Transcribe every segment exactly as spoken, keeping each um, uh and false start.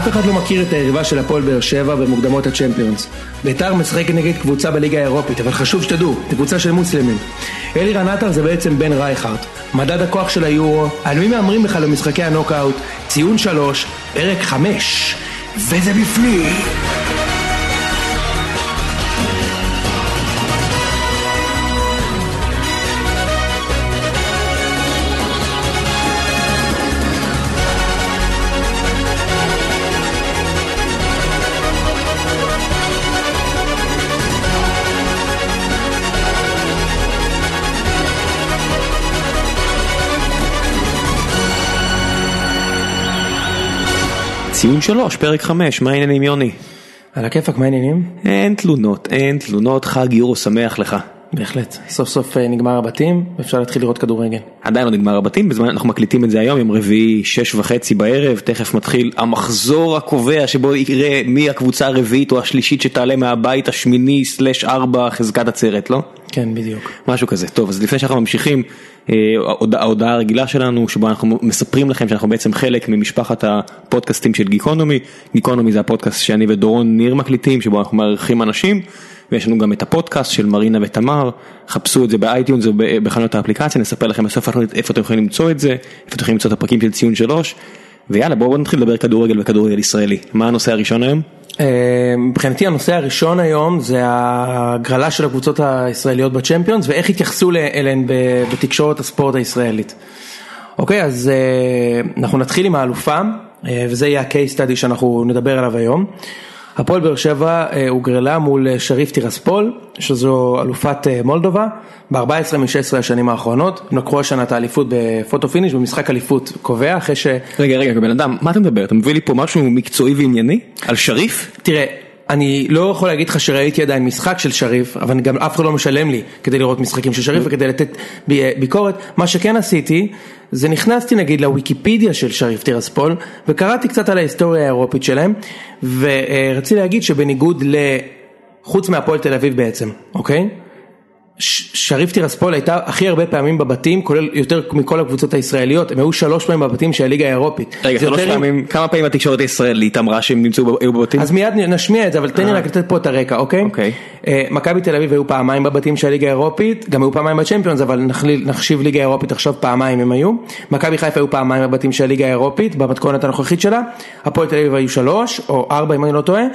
אף אחד לא מכיר את היריבה של הפועל באר שבע במוקדמות הצ'מפיונס. בית"ר משחק נגד קבוצה בליגה האירופית, אבל חשוב שתדעו, זו קבוצה של מוסלמים. אלירן עטר זה בעצם בן רייכרט, מדד הכוח של היורו, על מי מאמרים בכלל במשחקי הנוקאוט, ציון שלוש, פרק חמש, וזה בפנים. ציון שלוש, פרק חמש, מה העניינים יוני? על הכיפק, מה העניינים? אין תלונות, אין תלונות, חג יורו שמח לך. בהחלט, סוף סוף נגמר הבתים, אפשר להתחיל לראות כדורגל. עדיין לא נגמר הבתים, בזמן אנחנו מקליטים את זה היום, יום רביעי, שש וחצי בערב, תכף מתחיל המחזור הקובע, שבו יראה מי הקבוצה הרביעית או השלישית שתעלה מהבית השמיני סלש ארבע חזקת עצרת, לא? כן, בדיוק. משהו כזה. טוב, אז לפני שאנחנו ממשיכים, ההודעה הרגילה שלנו, שבו אנחנו מספרים לכם שאנחנו בעצם חלק ממשפחת הפודקאסטים של גיקונומי. גיקונומי זה הפודקאסט שאני ודורון ניר מקליטים, שבו אנחנו מארחים אנשים, ויש לנו גם את הפודקאסט של מרינה ותמר. חפשו את זה באייטיונס או בחנויות האפליקציה, נספר לכם בסוף איפה אתם יכולים למצוא את זה, איפה אתם יכולים למצוא את הפרקים של ציון שלוש, ויאללה, בואו נתחיל לדבר כדורגל וכדורגל ישראלי. מה הנושא הראשון היום? מבחינתי הנושא הראשון היום זה הגרלה של הקבוצות הישראליות בצ'מפיונס ואיך התייחסו אליהן בתקשורת הספורט הישראלית. אוקיי, אז אנחנו נתחיל עם האלופה, וזה יהיה ה-case study שאנחנו נדבר עליו היום. הפועל באר שבע הוגרלה מול שריף טירספול, שזו אלופת מולדובה, ב-ארבע עשרה מ-שש עשרה השנים האחרונות. הם לקחו השנה את האליפות בפוטו פיניש, במשחק אליפות קובע, אחרי ש... רגע, רגע, בן אדם, מה אתה מדבר? אתה מביא לי פה משהו מקצועי וענייני? על שריף? תראה, אני לא יכול להגיד לך שראיתי עדיין משחק של שריף, אבל גם אף אחד לא משלם לי כדי לראות משחקים של שריף וכדי לתת ביקורת. מה שכן עשיתי, זה נכנסתי נגיד לוויקיפדיה של שריף טירספול, וקראתי קצת על ההיסטוריה האירופית שלהם, ורציתי להגיד שבניגוד לחוץ מהפועל תל אביב בעצם, אוקיי? שריף טירספול הייתה הכי הרבה פעמים בבתים, כולל יותר מכל הקבוצות הישראליות. הם היו שלוש פעמים בבתים של הליגה האירופית. רגע, שלוש פעמים, כמה פעמים התקשורת הישראלית אמרה שהם נמצאו בבתים? אז מיד נשמיע את זה, אבל תן לי רק לתת פה את הרקע, אוקיי? אוקיי. מכבי תל אביב היו פעמיים בבתים של הליגה האירופית, גם היו פעמיים בצ'מפיונס, אבל נחשיב ליגה האירופית עכשיו פעמיים הם היו. מכבי חיפה היו פעמיים בבתים של הליגה האירופית, במתכונת הנוכחית שלה. הפועל תל אביב היו שלוש או ארבע אם אני לא טועה.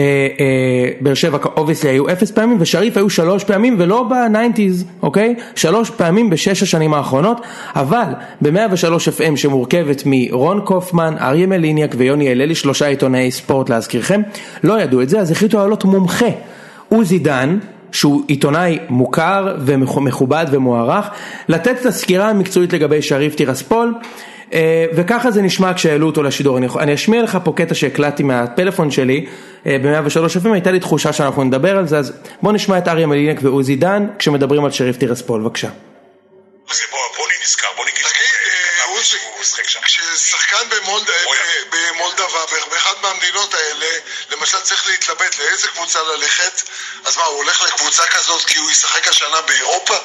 באר שבע obviously היו אפס פעמים, ושריף היו שלוש פעמים, ולא ב-תשעים, אוקיי? שלוש פעמים בשש השנים האחרונות. אבל ב-מאה ושלוש אף אם שמורכבת מרון קופמן, אריה מליניאק ויוני הללי, שלושה עיתונאי ספורט להזכירכם, לא ידעו את זה, אז החליטו לעלות מומחה, עוזי דן, שהוא עיתונאי מוכר ומכובד ומוערך, לתת את הסקירה המקצועית לגבי שריף טירספול. וככה זה נשמע כשהעלו אותו לשידור. אני, אני אשמיע לך פה קטע שהקלטתי מהטלפון שלי ב-מאה ושלוש אף אם, הייתה לי תחושה שאנחנו נדבר על זה, אז בוא נשמע את אריה מליניאק ועוזי דן כשמדברים על שריף טירספול, בבקשה. אז בוא, בוא נזכר, בוא נגיד עוזי, כששחקן במולדובה, באחד מהמדינות האלה, למשל צריך להתלבט לאיזה קבוצה ללכת, אז מה, הוא הולך לקבוצה כזאת כי הוא ישחק השנה באירופה?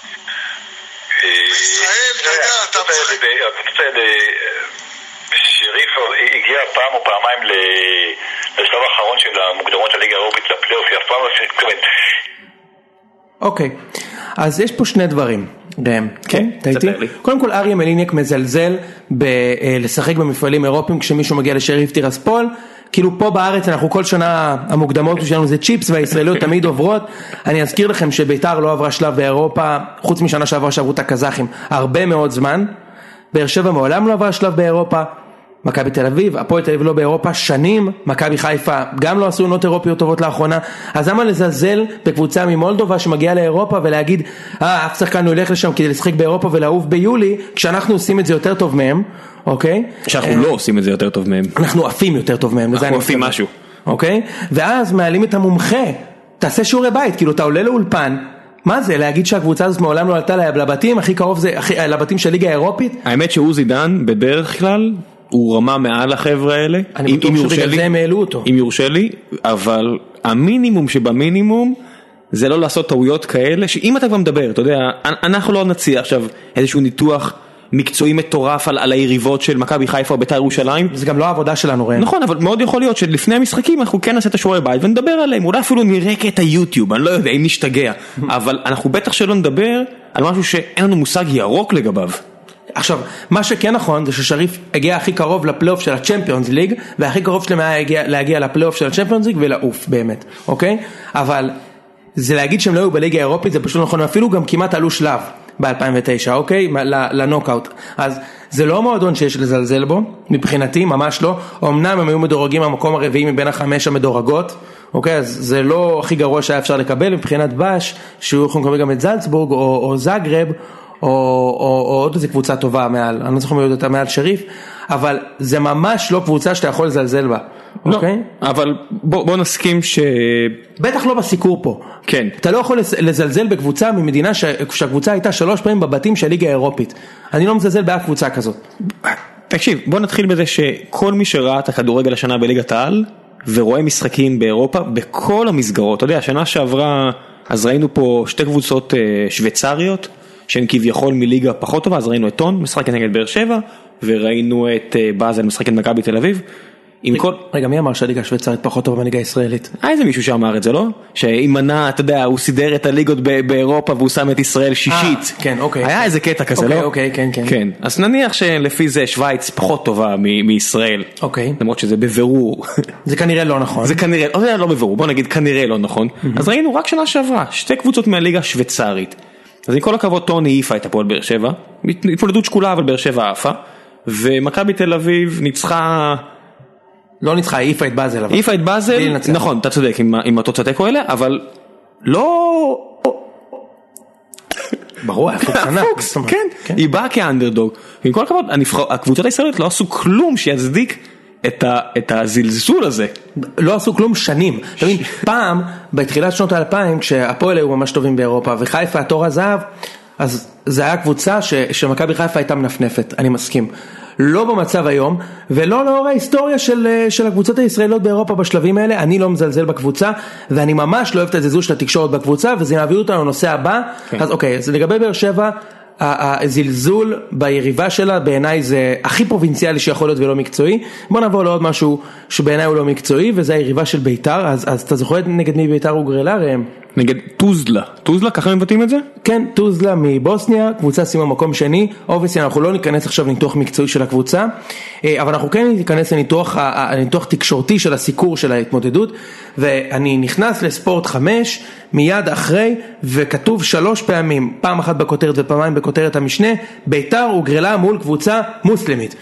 בישראל, אתה יודע, אתה משחק... שריף הגיע פעם או פעמיים לשלב האחרון של המוקדמות הליגה האירופית לפלייאוף, היא אף פעם לא מתכוונת. אוקיי, אז יש פה שני דברים, ראם, כן? תהייתי? קודם כל, אריה מליניאק מזלזל לשחק במפעלים אירופיים כשמישהו מגיע לשריף טירספול, כאילו פה בארץ אנחנו כל שנה המוקדמות שלנו זה צ'יפס והישראליות תמיד עוברות. אני אזכיר לכם שביתר לא עברה שלב באירופה, חוץ משנה שעברה שעברו את הקזחים הרבה מאוד זמן. באר שבע מעולם לא עברה שלב באירופה. מכבי תל אביב, הפועל תל אביב לא באירופה שנים, מכבי חיפה גם לא עשו עונות אירופיות טובות לאחרונה. אז למה לזלזל בקבוצה ממולדובה שמגיעה לאירופה ולהגיד אה, אף שחקן ילך לשם כדי לשחק באירופה ולעוף ביולי, כשאנחנו עושים את זה יותר טוב מהם, אוקיי? שאנחנו לא עושים את זה יותר טוב מהם. אנחנו עפים יותר טוב מהם. אנחנו עפים משהו. אוקיי? ואז מעלים את המומחה, תעשה שיעורי בית, כאילו אתה עולה לאולפן, מה זה? להגיד שהקבוצה הזאת מעולם לא עלתה לבתים, הכי קרוב זה לבתים של ליגה האירופית? האמת שעוזי דן בדרך כלל הוא רמה מעל החבר'ה האלה, אני בטוח שבגלל זה הם העלו אותו. אם יורשה לי, אבל המינימום שבמינימום זה לא לעשות טעויות כאלה, שאם אתה כבר מדבר, אתה יודע, אנחנו לא נציע עכשיו איזשהו ניתוח מקצועי מטורף על, על היריבות של מכבי חיפה או בית"ר ירושלים. זה גם לא העבודה שלנו, ראם. נכון, אבל מאוד יכול להיות שלפני המשחקים אנחנו כן נעשה את השיעורי בית ונדבר עליהם, אולי אפילו נראה את היוטיוב, אני לא יודע אם נשתגע, אבל אנחנו בטח שלא נדבר על משהו שאין לנו מושג ירוק לגביו. עכשיו, מה שכן נכון זה ששריף הגיע הכי קרוב לפלייאוף של הצ'מפיונס ליג, והכי קרוב שלהם היה להגיע, להגיע לפלייאוף של הצ'מפיונס ליג ולעוף באמת, אוקיי? אבל זה להגיד שהם לא היו בליגה האירופית, זה פשוט נכון, אפילו גם כמעט עלו שלב ב-אלפיים ותשע, אוקיי? לנוקאוט. אז זה לא מועדון שיש לזלזל בו, מבחינתי, ממש לא. אמנם הם היו מדורגים במקום הרביעי מבין החמש המדורגות, אוקיי? אז זה לא הכי גרוע שהיה אפשר לקבל, מבחינת בש, שהוא יכול לקבל גם את זלצבורג או, או זאגרב, או, או, או עוד איזו קבוצה טובה מעל, אני לא זוכר מי אותה מעל שריף, אבל זה ממש לא קבוצה שאתה יכול לזלזל בה. לא, אוקיי? אבל בוא, בוא נסכים ש... בטח לא בסיקור פה. כן. אתה לא יכול לזלזל בקבוצה ממדינה ש... שהקבוצה הייתה שלוש פעמים בבתים של ליגה האירופית. אני לא מזלזל באף קבוצה כזאת. תקשיב, בוא נתחיל בזה שכל מי שראה את הכדורגל השנה בליגת העל, ורואה משחקים באירופה, בכל המסגרות, אתה יודע, השנה שעברה, אז ראינו פה שתי קבוצות שוויצריות, שהן כביכול מליגה פחות טובה, אז ראינו את טון, משחק נגד באר שבע, וראינו את באזל, משחק נגד מכבי תל אביב. רגע, מי אמר שהליגה השוויצרית פחות טובה מהליגה הישראלית? היה איזה מישהו שאמר את זה, לא? שאימנה, אתה יודע, הוא סידר את הליגות באירופה, והוא שם את ישראל שישית. כן, אוקיי. היה איזה קטע כזה, לא? אוקיי, כן, כן. כן, אז נניח שלפי זה שוויץ פחות טובה מישראל. אוקיי. למרות שזה בבירור. זה כנראה לא נכון. זה כנראה, זה לא בבירור, בוא נגיד כנראה לא נכון. אז ראינו רק שנה שעברה, שתי קבוצות מהליגה השוויצרית. אז עם כל הכבוד טוני העיפה את הפועל באר שבע, התמודדות שקולה אבל באר שבע עפה, ומכבי תל אביב ניצחה, לא ניצחה, העיפה את באזל. העיפה את באזל, נכון, אתה צודק עם התוצאות האלה, אבל לא... ברור, הפוקס, כן, היא באה כאנדרדוג, ועם כל הכבוד, הקבוצות הישראליות לא עשו כלום שיצדיק את הזלזול הזה. לא עשו כלום שנים. תבין, פעם, בתחילת שנות האלפיים, כשהפועל היו ממש טובים באירופה, וחיפה התור הזהב, אז זה היה קבוצה שמכבי חיפה הייתה מנפנפת, אני מסכים. לא במצב היום, ולא לאור ההיסטוריה של, של הקבוצות הישראליות באירופה בשלבים האלה, אני לא מזלזל בקבוצה, ואני ממש לא אוהב את הזלזול של התקשורת בקבוצה, וזה יביא אותנו לנושא הבא. כן. אז אוקיי, אז לגבי באר שבע, הזלזול ביריבה שלה בעיניי זה הכי פרובינציאלי שיכול להיות ולא מקצועי. בוא נעבור לעוד משהו שבעיניי הוא לא מקצועי, וזה היריבה של ביתר. אז, אז אתה זוכר נגד מי ביתר הוגרלה, ראם? נגד טוזלה. טוזלה, ככה מבטאים את זה? כן, טוזלה מבוסניה, קבוצה שימה מקום שני. אובייסלי אנחנו לא ניכנס עכשיו לניתוח מקצועי של הקבוצה, אבל אנחנו כן ניכנס לניתוח, לניתוח תקשורתי של הסיקור של ההתמודדות. ואני נכנס לספורט חמש מיד אחרי, וכתוב שלוש פעמים, פעם אחת בכותרת ופעמיים בכותרת המשנה, ביתר הוגרלה מול קבוצה מוסלמית.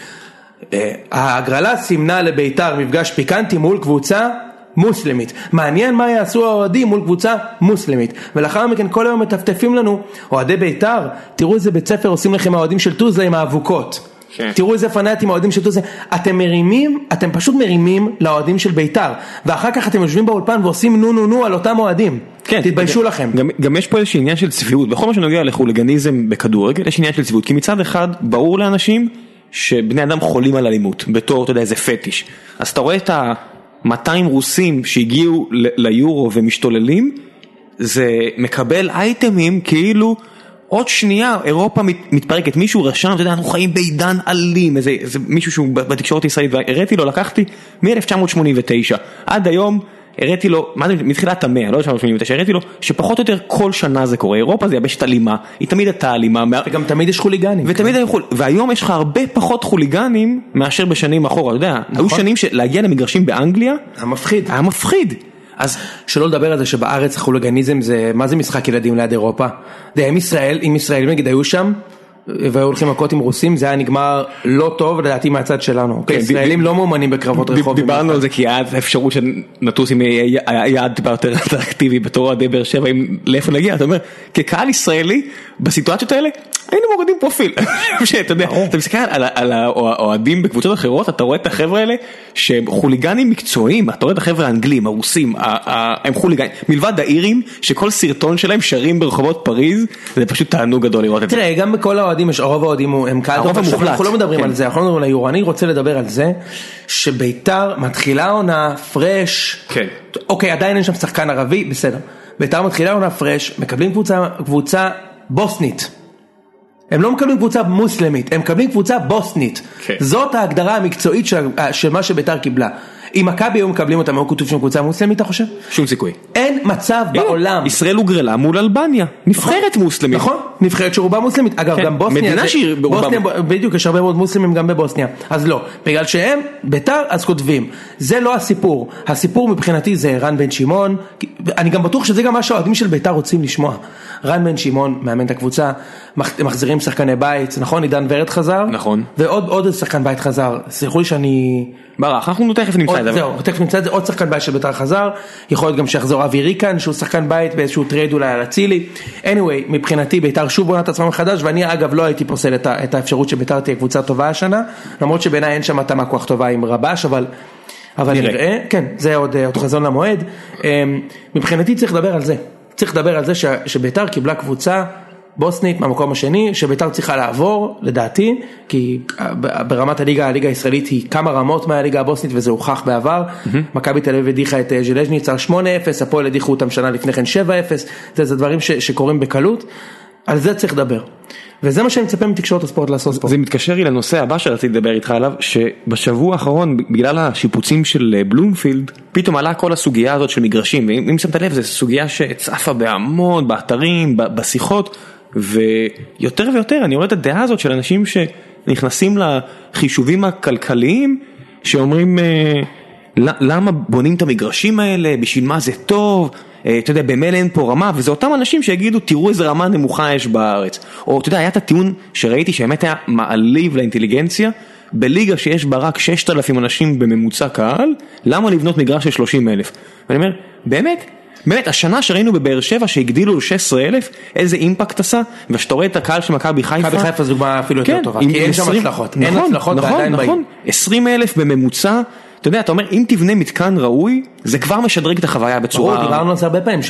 ההגרלה סימנה לביתר מפגש פיקנטי מול קבוצה מוסלמית. מעניין מה יעשו האוהדים מול קבוצה מוסלמית. ולאחר מכן כל היום מטפטפים לנו, אוהדי ביתר, תראו איזה בית ספר עושים לכם האוהדים של טוזלה עם האבוקות. כן. תראו איזה פנאטים האוהדים של טוזלה. אתם מרימים, אתם פשוט מרימים לאוהדים של ביתר. ואחר כך אתם יושבים באולפן ועושים נו נו נו על אותם אוהדים. כן, תתביישו גם, לכם. גם, גם יש פה איזושהי עניין של צביעות. בכל מה שנוגע לחוליגניזם בכדורגל, יש עניין של צביעות. כי מצד אחד, ברור לאנשים שבני אדם חולים על אלימות. בתור, אתה יודע, איזה פטיש. אז אתה רואה את ה... מאתיים רוסים שהגיעו ליורו ומשתוללים, זה מקבל אייטמים כאילו עוד שנייה אירופה מתפרקת. מישהו רשם, אתה יודע, אנחנו חיים בעידן אלים, איזה, איזה מישהו שהוא בתקשורת ישראלית, והראיתי לו, לקחתי מ-אלף תשע מאות שמונים ותשע עד היום, הראיתי לו, מה זה, מתחילת המאה, לא אלף תשע מאות שמונים ותשע, הראיתי לו שפחות או יותר כל שנה זה קורה. אירופה זה יבשת אלימה, היא תמיד הייתה אלימה, וגם תמיד יש חוליגנים, ותמיד היו חול... והיום יש לך הרבה פחות חוליגנים מאשר בשנים אחורה, אתה יודע, היו שנים שלהגיע למגרשים באנגליה היה מפחיד, היה מפחיד. אז שלא לדבר על זה שבארץ החוליגניזם זה, מה זה משחק ילדים ליד אירופה? זה עם ישראל, עם ישראל נגיד היו שם והיו הולכים מכות עם רוסים, זה היה נגמר לא טוב לדעתי מהצד שלנו. ישראלים לא מאומנים בקרבות רחוב. דיברנו על זה כי היה אפשרות שנטוס עם יעד טיפה יותר אטרקטיבי בתור אוהדי באר שבע, לאיפה נגיע. אתה אומר, כקהל ישראלי בסיטואציות האלה היינו מורידים פרופיל. אתה יודע, אתה מסתכל על האוהדים בקבוצות אחרות, אתה רואה את החבר'ה האלה שהם חוליגנים מקצועיים, אתה רואה את החבר'ה האנגלים, הרוסים, הם חוליגנים, מלבד האירים שכל סרטון שלהם שרים ברחובות פריז, זה פשוט תענוג גדול לראות את זה. תראה, גם בכל האוהדים יש, הרוב האוהדים הם קהל טוב, אנחנו לא מדברים על זה, אנחנו לא מדברים על היורו. אני רוצה לדבר על זה שביתר מתחילה עונה פרש, אוקיי, עדיין אין שם שחקן ערבי, בסדר. ביתר מתחילה עונה פרש, מקבלים קבוצה, קבוצה בוסנית. הם לא מקבלים קבוצה מוסלמית, הם מקבלים קבוצה בוסנית. Okay. זאת ההגדרה המקצועית של, של מה שביתר קיבלה. אם מכבי היו מקבלים אותם, היו כתוב שם קבוצה מוסלמית, אתה חושב? שום סיכוי. אין מצב בעולם. ישראל הוגרלה מול אלבניה, נבחרת מוסלמית. נכון, נבחרת שרובה מוסלמית. אגב, גם בוסניה. מדינה שהיא ברובה. בדיוק, יש הרבה מאוד מוסלמים גם בבוסניה. אז לא, בגלל שהם ביתר, אז כותבים. זה לא הסיפור. הסיפור מבחינתי זה רן בן שמעון. אני גם בטוח שזה גם מה שהאוהדים של ביתר רוצים לשמוע. רן בן שמעון מאמן את הקבוצה, מחזירים שחקני בית, נכון? עידן ורד חזר. נכון. ועוד עוד שחקן בית חזר. סליחו לי שאני ברח, אנחנו תכף נמצא את זה. זהו, תכף נמצא את זה, עוד שחקן בית של ביתר חזר, יכול להיות גם שיחזור אבי ריקן, שהוא שחקן בית באיזשהו טרייד אולי על הצילי. anyway, מבחינתי ביתר שוב בונה את עצמם מחדש, ואני אגב לא הייתי פוסל את, את האפשרות שביתר תהיה קבוצה טובה השנה, למרות שבעיניי אין שם התאמה כוח טובה עם רבש, אבל, אבל נראה. נראה, כן, זה עוד, עוד חזון למועד. מבחינתי צריך לדבר על זה, צריך לדבר על זה ש, שביתר קיבלה קבוצה בוסנית מהמקום השני, שביתר צריכה לעבור, לדעתי, כי ברמת הליגה, הליגה הישראלית היא כמה רמות מהליגה הבוסנית, וזה הוכח בעבר. מכבי תל אביב הדיחה את ז'לז'ניצר שמונה אפס, הפועל הדיחו אותם שנה לפני כן שבע אפס, זה, זה דברים ש, שקורים בקלות, על זה צריך לדבר. וזה מה שאני מצפה מתקשורת הספורט לעשות ספורט. זה מתקשר לי לנושא הבא שרציתי לדבר איתך עליו, שבשבוע האחרון, בגלל השיפוצים של בלומפילד, פתאום עלה כל הסוגיה הזאת של מגרשים, ואם שמת לב, זו סוגיה שצפה בהמון, באתרים, בשיחות, ויותר ויותר אני רואה את הדעה הזאת של אנשים שנכנסים לחישובים הכלכליים שאומרים למה בונים את המגרשים האלה, בשביל מה זה טוב, אתה יודע, במילא אין פה רמה, וזה אותם אנשים שיגידו תראו איזה רמה נמוכה יש בארץ, או אתה יודע, היה את הטיעון שראיתי שבאמת היה מעליב לאינטליגנציה, בליגה שיש בה רק ששת אלפים אנשים בממוצע קהל, למה לבנות מגרש של שלושים אלף? ואני אומר, באמת באמת, השנה שראינו בבאר שבע שהגדילו ל-שש עשרה אלף, איזה אימפקט עשה, ושאתה רואה את הקהל של מכבי חיפה. מכבי חיפה זו דוגמה אפילו יותר טובה, כי אין שם הצלחות. אין הצלחות ועדיין באים. עשרים אלף בממוצע, אתה יודע, אתה אומר, אם תבנה מתקן ראוי, זה כבר משדרג את החוויה בצורה. דיברנו על זה הרבה פעמים,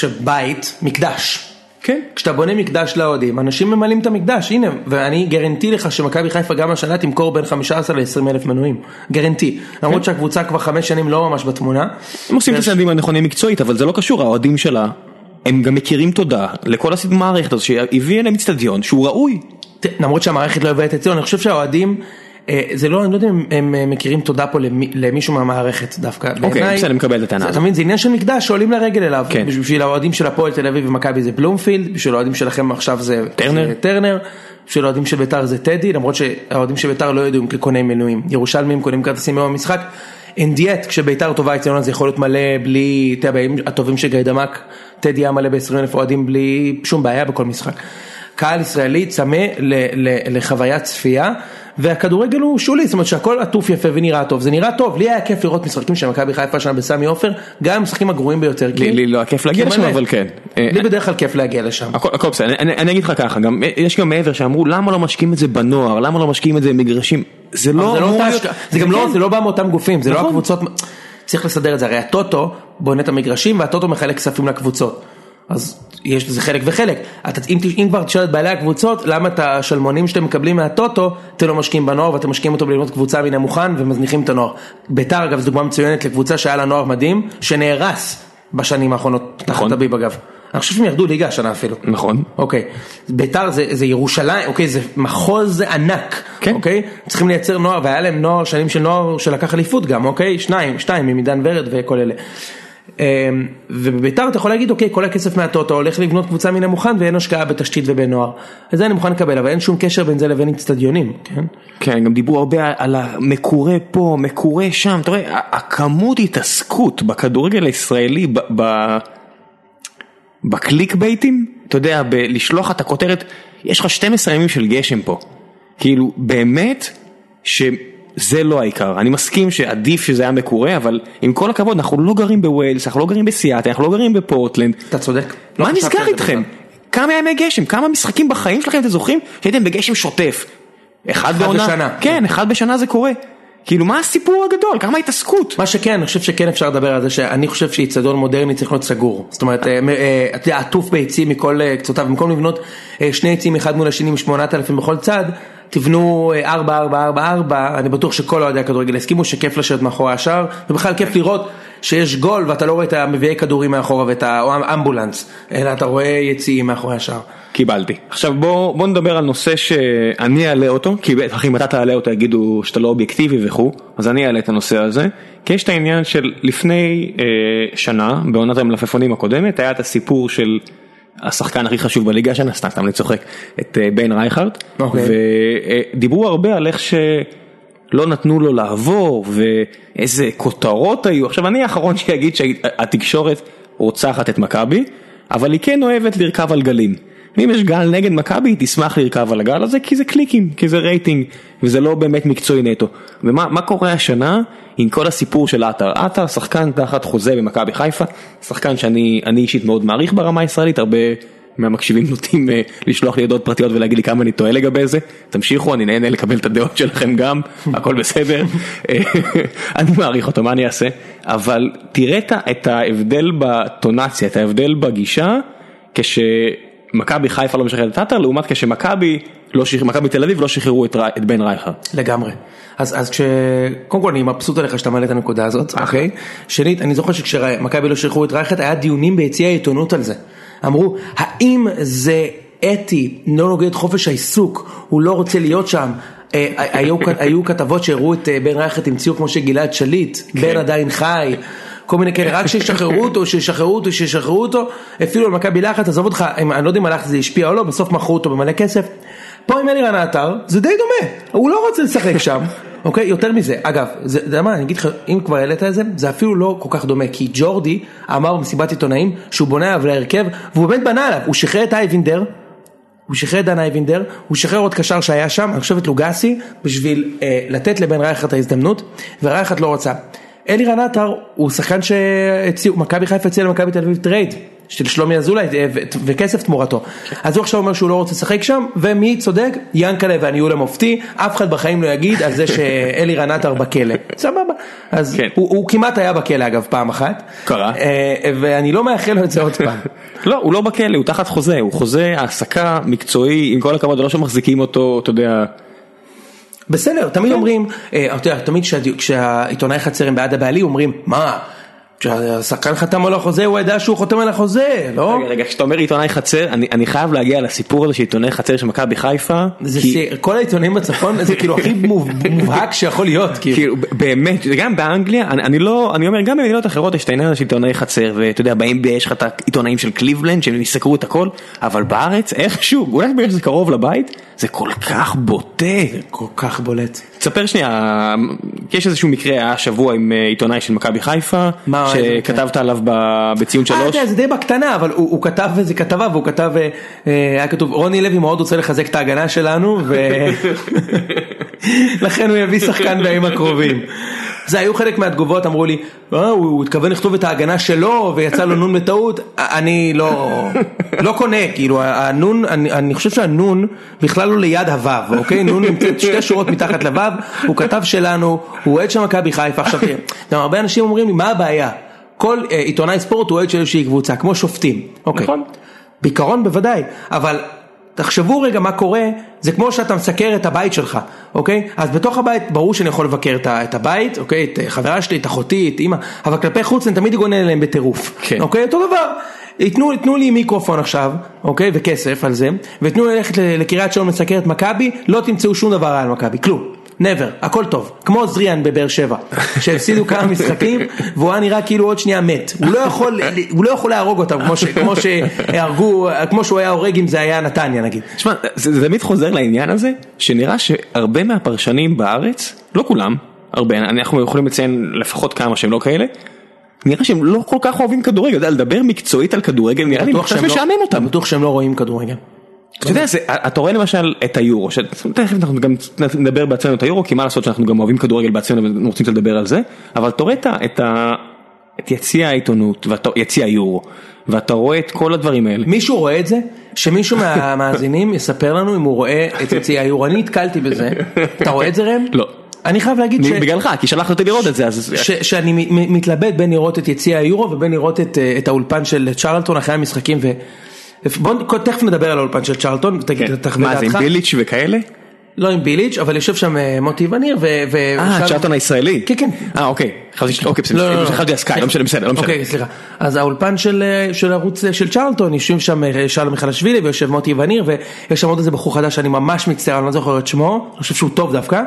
שבית, מקדש. כן. כשאתה בונה מקדש לאוהדים, אנשים ממלאים את המקדש, הנה, ואני גרנטי לך שמכבי חיפה גם השנה תמכור בין חמישה עשר ל-עשרים אלף מנויים, גרנטי, למרות שהקבוצה כבר חמש שנים לא ממש בתמונה. הם עושים את הצעדים הנכונים מקצועית, אבל זה לא קשור, האוהדים שלה, הם גם מכירים תודה לכל המערכת הזו, שהביאה להם אצטדיון שהוא ראוי. למרות שהמערכת לא הביאה את אצטדיון, אני חושב שהאוהדים, זה לא, אני לא יודע אם הם מכירים תודה פה למישהו מהמערכת דווקא. אוקיי, בסדר, מקבל את הטענה. אתה מבין, זה עניין של מקדש שעולים לרגל אליו. בשביל האוהדים של הפועל תל אביב ומכבי זה בלומפילד, בשביל האוהדים שלכם עכשיו זה טרנר, בשביל האוהדים של ביתר זה טדי, למרות שהאוהדים של ביתר לא יודעים כקוני מנויים. ירושלמים קונים כרטיסים ביום המשחק. אינדיאט, כשביתר טובה אצלנו זה יכול להיות מלא בלי, אתה יודע, הטובים של גיידמק, טדי היה מלא ב-עשרים אלף אוהדים בלי שום בעיה בכל משחק. קהל ישראלי צמא לחוויית צפייה, והכדורגל הוא שולי, זאת אומרת שהכל עטוף יפה ונראה טוב, זה נראה טוב, לי היה כיף לראות משחקים של מכבי חיפה שם בסמי עופר, גם המשחקים הגרועים ביותר. לי לא כיף להגיע לשם, אבל כן. לי בדרך כלל כיף להגיע לשם. הכל בסדר, אני אגיד לך ככה, יש גם מעבר שאמרו, למה לא משקיעים את זה בנוער, למה לא משקיעים את זה במגרשים, זה לא... זה גם לא, זה לא בא מאותם גופים, זה לא הקבוצות, צריך לסדר את זה, הרי הטוטו בונה את המגרשים, והטוטו מחלק כספים לקבוצות. אז יש לזה חלק וחלק. אתה, אם, אם כבר תשאל את בעלי הקבוצות, למה את השלמונים שאתם מקבלים מהטוטו, אתם לא משקיעים בנוער, ואתם משקיעים אותו בלבנות קבוצה מן המוכן, ומזניחים את הנוער. ביתר, אגב, זו דוגמה מצוינת לקבוצה שהיה לה נוער מדהים, שנהרס בשנים האחרונות, תחת הביב, אגב. אני חושב שהם ירדו ליגה השנה אפילו. נכון. אוקיי. ביתר זה, זה ירושלים, אוקיי, זה מחוז ענק. כן. אוקיי? צריכים לייצר נוער, והיה להם נוער, שנים של נוער שלקח אליפות גם, אוקיי? שניים, שתיים, ממידן ורד וכל אלה. ובביתר אתה יכול להגיד אוקיי, כל הכסף מהטוטו הולך לבנות קבוצה מן המוכן ואין השקעה בתשתית ובנוער, אז זה אני מוכן לקבל, אבל אין שום קשר בין זה לבין אצטדיונים. כן, כן, גם דיברו הרבה על המקורה פה, מקורה שם, אתה רואה, הכמות התעסקות בכדורגל הישראלי בקליק בייטים, אתה יודע, לשלוח את הכותרת, יש לך שנים עשר ימים של גשם פה, כאילו באמת ש... זה לא העיקר, אני מסכים שעדיף שזה היה מקורה, אבל עם כל הכבוד, אנחנו לא גרים בווילס, אנחנו לא גרים בסיאטל, אנחנו לא גרים בפורטלנד. אתה צודק. מה נסגר איתכם? כמה ימי גשם, כמה משחקים בחיים שלכם אתם זוכרים שהייתם בגשם שוטף? אחד בשנה. כן, אחד בשנה זה קורה. כאילו מה הסיפור הגדול? כמה התעסקות? מה שכן, אני חושב שכן אפשר לדבר על זה, שאני חושב שאצטדיון מודרני צריך להיות סגור. זאת אומרת, עטוף ביצים מכל קצותיו, במקום לבנות שני יצים אחד מול השני משמונת אלפים בכל צד, תבנו ארבע ארבע ארבע ארבע, אני בטוח שכל אוהדי הכדורגל הסכימו שכיף לשבת מאחורי השער, ובכלל כיף לראות שיש גול ואתה לא רואה את המביאי כדורים מאחורה ואת האמבולנס, אלא אתה רואה יציאים מאחורי השער. קיבלתי. עכשיו בוא, בוא נדבר על נושא שאני אעלה אותו, כי בטח אם אתה תעלה אותו יגידו שאתה לא אובייקטיבי וכו', אז אני אעלה את הנושא הזה, כי יש את העניין של לפני אה, שנה, בעונת המלפפונים הקודמת, היה את הסיפור של השחקן הכי חשוב בליגה השנה, סתם, סתם אני צוחק, את אה, בן רייכרד, okay. ודיברו הרבה על איך שלא נתנו לו לעבור, ואיזה כותרות היו. עכשיו אני האחרון שיגיד שהתקשורת רוצחת את מכבי, אבל היא כן אוהבת לרכב על גלים. ואם יש גל נגד מכבי, היא תשמח לרכב על הגל הזה, כי זה קליקים, כי זה רייטינג, וזה לא באמת מקצועי נטו. ומה מה קורה השנה עם כל הסיפור של עטר? עטר, שחקן תחת חוזה במכבי חיפה, שחקן שאני אני אישית מאוד מעריך ברמה הישראלית, הרבה מהמקשיבים נוטים אה, לשלוח לי ידעות פרטיות ולהגיד לי כמה אני טועה לגבי זה. תמשיכו, אני נהנה לקבל את הדעות שלכם גם, הכל בסדר. אני מעריך אותו, מה אני אעשה? אבל תראה את ההבדל בטונציה, את ההבדל בגישה, כשמכבי חיפה לא משחררת את עטר, לעומת כשמכבי לא שחררו, מכבי תל אביב לא שחררו את, את בן רייכרד. לגמרי. אז, אז כש... קודם כל אני מבסוט עליך שאתה מעלה את הנקודה הזאת, אוקיי? שנית, אני זוכר שכשמכבי לא שחררו את רייכרד, היה דיונים ביציע העיתונות על זה. אמרו, האם זה אתי, לא נוגד חופש העיסוק, הוא לא רוצה להיות שם, היו, היו כתבות שהראו את בן רייכרד, המציאו כמו שגלעד שליט, בן עדיין חי, כל מיני כאלה, רק שישחררו אותו, שישחררו אותו, שישחררו אותו, אפילו על מכבי לחץ, עזוב אותך, אני לא יודע אם הלחץ זה השפיע או לא, בסוף מכרו אותו במלא כסף, פה עם אלירן עטר, זה די דומה, הוא לא רוצה לשחק שם, אוקיי, יותר מזה, אגב, זה, זה מה, אני אגיד לך, אם כבר העלית את זה, זה אפילו לא כל כך דומה, כי ג'ורדי אמר במסיבת עיתונאים, שהוא בונה עליו להרכב, והוא באמת בנה עליו, הוא שחרר את אייבינדר, הוא שחרר את דן אייבינדר, הוא שחרר עוד קשר שהיה שם, אני חושב את לוגסי, בשביל אה, לתת לבן רייכרד את ההזדמנות, ורייכרד לא רצה. אלירן עטר הוא שחקן שהציעו, מכבי חיפה הציע למכבי תל אביב טרייד, של שלומי אזולאי וכסף תמורתו. אז הוא עכשיו אומר שהוא לא רוצה לשחק שם, ומי צודק? ינקלה והניהול המופתי, אף אחד בחיים לא יגיד על זה שאלירן עטר בכלא. סבבה. אז הוא כמעט היה בכלא אגב פעם אחת. קרה. ואני לא מאחל לו את זה עוד פעם. לא, הוא לא בכלא, הוא תחת חוזה, הוא חוזה העסקה מקצועי, עם כל הכבוד, לא שמחזיקים אותו, אתה יודע... בסדר, תמיד אומרים, תמיד כשהעיתונאי חצר הם בעד הבעלי, אומרים, מה? כשהשחקן חתם על החוזה, הוא ידע שהוא חותם על החוזה, לא? רגע, רגע, כשאתה אומר עיתונאי חצר, אני, אני חייב להגיע לסיפור הזה שעיתונאי חצר של מכבי חיפה. זה כי... ש... כל העיתונאים בצפון, זה כאילו הכי מובהק שיכול להיות, כאילו. כאילו, באמת, גם באנגליה, אני, אני לא, אני אומר, גם במדינות אחרות יש את העניין של עיתונאי חצר, ואתה יודע, באים יש לך את העיתונאים של קליבלנד, שהם יסקרו את הכל, אבל בארץ, איכשהו, אולי בגלל שזה קרוב לבית, זה כל כך בוטה. זה כל כך בולט. תספר שנייה, יש איזשהו מקרה, היה שבוע עם עיתונאי של מכבי חיפה, שכתבת עליו בציון שלוש. זה די בקטנה, אבל הוא כתב איזה כתבה, והוא כתב, היה כתוב, רוני לוי מאוד רוצה לחזק את ההגנה שלנו, ולכן הוא יביא שחקן בימים הקרובים. זה היו חלק מהתגובות, אמרו לי, הוא התכוון לכתוב את ההגנה שלו, ויצא לו נון בטעות, אני לא קונה, כאילו, הנון, אני חושב שהנון בכלל לא ליד הוו, אוקיי? נון נמצאת שתי שורות מתחת לוו, הוא כתב שלנו, הוא אוהד שם מכבי חיפה, עכשיו תראה, גם הרבה אנשים אומרים לי, מה הבעיה? כל עיתונאי ספורט הוא אוהד של איזושהי קבוצה, כמו שופטים, אוקיי? בעיקרון בוודאי, אבל... תחשבו רגע מה קורה, זה כמו שאתה מסקר את הבית שלך, אוקיי? אז בתוך הבית ברור שאני יכול לבקר את הבית, אוקיי? את חברה שלי, את אחותי, את אמא, אבל כלפי חוץ אני תמיד אגונן אליהם בטירוף, כן. אוקיי? אותו דבר, יתנו, יתנו לי מיקרופון עכשיו, אוקיי? וכסף על זה, ותנו לי ללכת לקריית שלום לסקר את מכבי, לא תמצאו שום דבר על מכבי, כלום. never, הכל טוב, כמו זריאן בבאר שבע, שהפסידו כמה משחקים, והוא היה נראה כאילו עוד שנייה מת, הוא לא יכול, הוא לא יכול להרוג אותם, כמו ש, כמו שהרגו, כמו שהוא היה הורג אם זה היה נתניה נגיד. תשמע, זה תמיד חוזר לעניין הזה, שנראה שהרבה מהפרשנים בארץ, לא כולם, הרבה, אנחנו יכולים לציין לפחות כמה שהם לא כאלה, נראה שהם לא כל כך אוהבים כדורגל, לדבר מקצועית על כדורגל, נראה לי קצת משעמם אותם. בטוח שהם לא רואים כדורגל. אתה יודע, אתה רואה למשל את היורו, תכף אנחנו גם נדבר בעצמנו את היורו, כי מה לעשות שאנחנו גם אוהבים כדורגל בעצמנו ורוצים לדבר על זה, אבל אתה רואה את יציע העיתונות, יציע היורו, ואתה רואה את כל הדברים האלה. מישהו רואה את זה? שמישהו מהמאזינים יספר לנו אם הוא רואה את יציע היורו, אני התקלתי בזה, אתה רואה את זה ראם? לא. אני חייב להגיד ש... בגללך, כי שלחת אותי לראות את זה, אז... שאני מתלבט בין לראות את יציע היורו ובין לראות את האולפן של צ'רלטון אחרי המשחקים ו... בוא תכף נדבר על האולפן של צ'רלטון, תגיד את דעתך. מה זה, עם ביליץ' וכאלה? לא עם ביליץ', אבל יושב שם מוטי וניר ו... אה, צ'ארטון הישראלי? כן, כן. אה, אוקיי. אוקיי, חשבתי הסקאי, לא משנה, בסדר, לא משנה. אוקיי, סליחה. אז האולפן של ערוץ של צ'ארלטון, יושבים שם שלום מיכאלשווילי, ויושב מוטי וניר, ויש שם עוד איזה בחור חדש שאני ממש מצטער, אני לא זוכר את שמו, אני חושב שהוא טוב דווקא,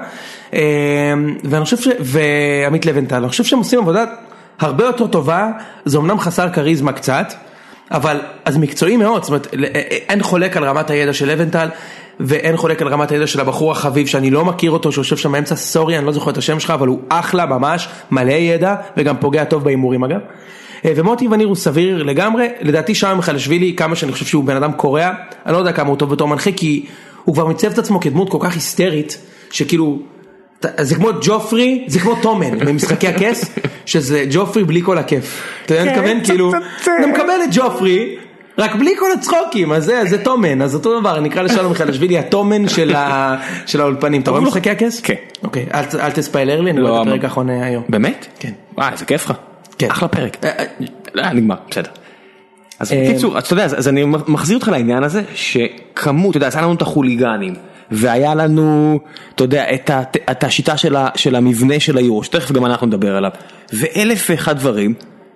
ואני חושב ש... ועמית לבנטל, אני חושב שהם עושים עבודה הרבה יותר טובה, זה אמנם חסר קריזמה קצת, אבל אז מקצועי מאוד, זאת אומרת, אין חולק על רמת הידע של לבנטל, ואין חולק על רמת הידע של הבחור החביב שאני לא מכיר אותו, שיושב שם באמצע, סורי, אני לא זוכר את השם שלך, אבל הוא אחלה ממש, מלא ידע, וגם פוגע טוב באימורים אגב. ומוטי וניר הוא סביר לגמרי, לדעתי שלום מיכאלשווילי, כמה שאני חושב שהוא בן אדם קורע, אני לא יודע כמה הוא טוב בתור מנחה, כי הוא כבר מצב את עצמו כדמות כל כך היסטרית, שכאילו, זה כמו ג'ופרי, זה כמו תומן במשחקי הכס, שזה ג'ופרי בלי כל הכיף. אתה יודע, אני מתכוון, כאילו, אני מקבל את ג'ופרי, רק בלי כל הצחוקים, אז זה, זה תומן, אז אותו דבר, נקרא לשלום מיכאלשווילי, התומן של ה, של האולפנים. אתה רואה משחקי הכס? כן. אוקיי, אל תספיילר לי, אני רואה את הפרק האחרון היום. באמת? כן. וואי, זה כיף לך. כן. אחלה פרק. נגמר, בסדר. אז בקיצור, אתה יודע, אז אני מחזיר אותך לעניין הזה, שכמות, אתה יודע, עשה לנו את החוליגנים, והיה לנו, אתה יודע, את השיטה של המבנה של היורו, שתכף גם אנחנו נדבר עליו, ואלף ואחד דברים,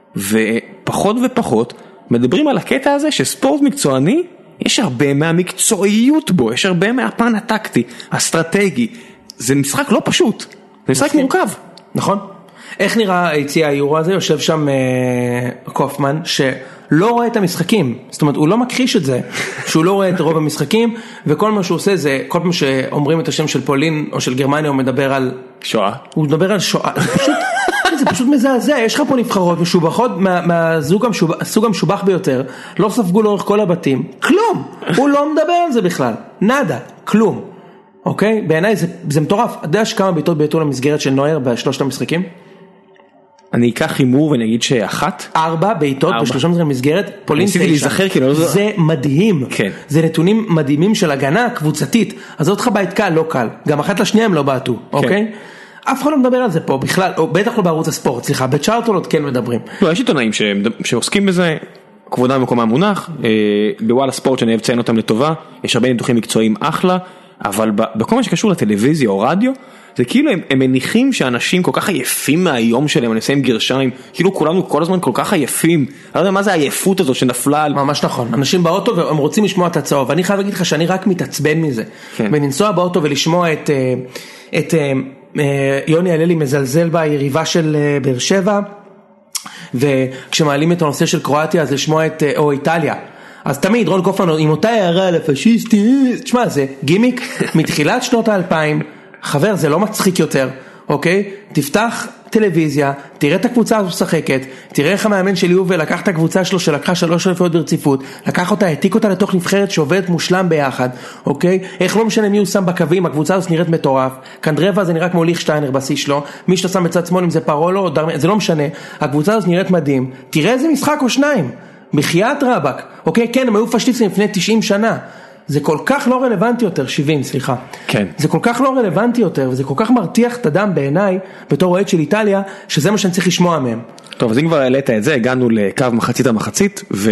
ופחות ופחות, מדברים על הקטע הזה שספורט מקצועני, יש הרבה מהמקצועיות בו, יש הרבה מהפן הטקטי, אסטרטגי, זה משחק לא פשוט, זה משחק מורכב. נכון. איך נראה היציע היורו הזה? יושב שם קופמן, שלא רואה את המשחקים, זאת אומרת, הוא לא מכחיש את זה, שהוא לא רואה את רוב המשחקים, וכל מה שהוא עושה זה, כל פעם שאומרים את השם של פולין או של גרמניה, הוא מדבר על שואה. הוא מדבר על שואה, זה פשוט... זה פשוט מזעזע, יש לך פה נבחרות משובחות מהסוג המשובח ביותר, לא ספגו לאורך כל הבתים, כלום, הוא לא מדבר על זה בכלל, נדה, כלום, אוקיי? בעיניי זה, זה מטורף, אתה יודע שכמה בעיטות בעיטו למסגרת של נויר בשלושת המשחקים? אני אקח חימור ואני אגיד שאחת? ארבע בעיטות בשלושה מסגרת, פולין תשע, זה מדהים, כן. זה נתונים מדהימים של הגנה קבוצתית, אז אותך בית קל, לא קל, גם אחת לשנייה הם לא בעטו, כן. אוקיי? אף אחד לא מדבר על זה פה בכלל, או בטח לא בערוץ הספורט, סליחה, בצ'ארטון עוד כן מדברים. לא, יש עיתונאים שעוסקים בזה, כבודם מקומם מונח, בוואלה ספורט שאני אוהב לציין אותם לטובה, יש הרבה ניתוחים מקצועיים אחלה, אבל בכל מה שקשור לטלוויזיה או רדיו, זה כאילו הם, הם מניחים שאנשים כל כך עייפים מהיום שלהם, אני עושה עם גרשיים, כאילו כולנו כל הזמן כל כך עייפים, אני לא יודע מה זה העייפות הזאת שנפלה על... ממש נכון, אנשים באוטו והם רוצים לשמוע את הצהוב, ואני חייב להגיד לך שאני רק מתעצבן מזה, כן. ולנסוע באוטו ולשמוע את... את יוני הללי מזלזל ביריבה של באר שבע, וכשמעלים את הנושא של קרואטיה אז לשמוע את, או איטליה, אז תמיד רון קופמן עם אותה הערה לפשיסטי, תשמע זה גימיק מתחילת שנות האלפיים, חבר זה לא מצחיק יותר, אוקיי? תפתח טלוויזיה, תראה את הקבוצה הזו משחקת, תראה איך המאמן של יובל לקח את הקבוצה שלו שלקחה שלוש אליפויות ברציפות, לקח אותה, העתיק אותה לתוך נבחרת שעובדת מושלם ביחד, אוקיי? איך לא משנה מי הוא שם בקווים, הקבוצה הזו נראית מטורף, קנדרבה זה נראה כמו ליכשטיינר בשיא שלו, מי שאתה שם בצד שמאל אם זה פרולו, זה לא משנה, הקבוצה הזו נראית מדהים, תראה איזה משחק או שניים, מחיית רבק, אוקיי? כן, הם היו פשטיסטים לפני תשעים שנה, זה כל כך לא רלוונטי יותר, שבעים, סליחה. כן. זה כל כך לא רלוונטי יותר, וזה כל כך מרתיח את הדם בעיניי, בתור אוהד של איטליה, שזה מה שאני צריך לשמוע מהם. טוב, אז אם כבר העלית את זה, הגענו לקו מחצית המחצית, ו...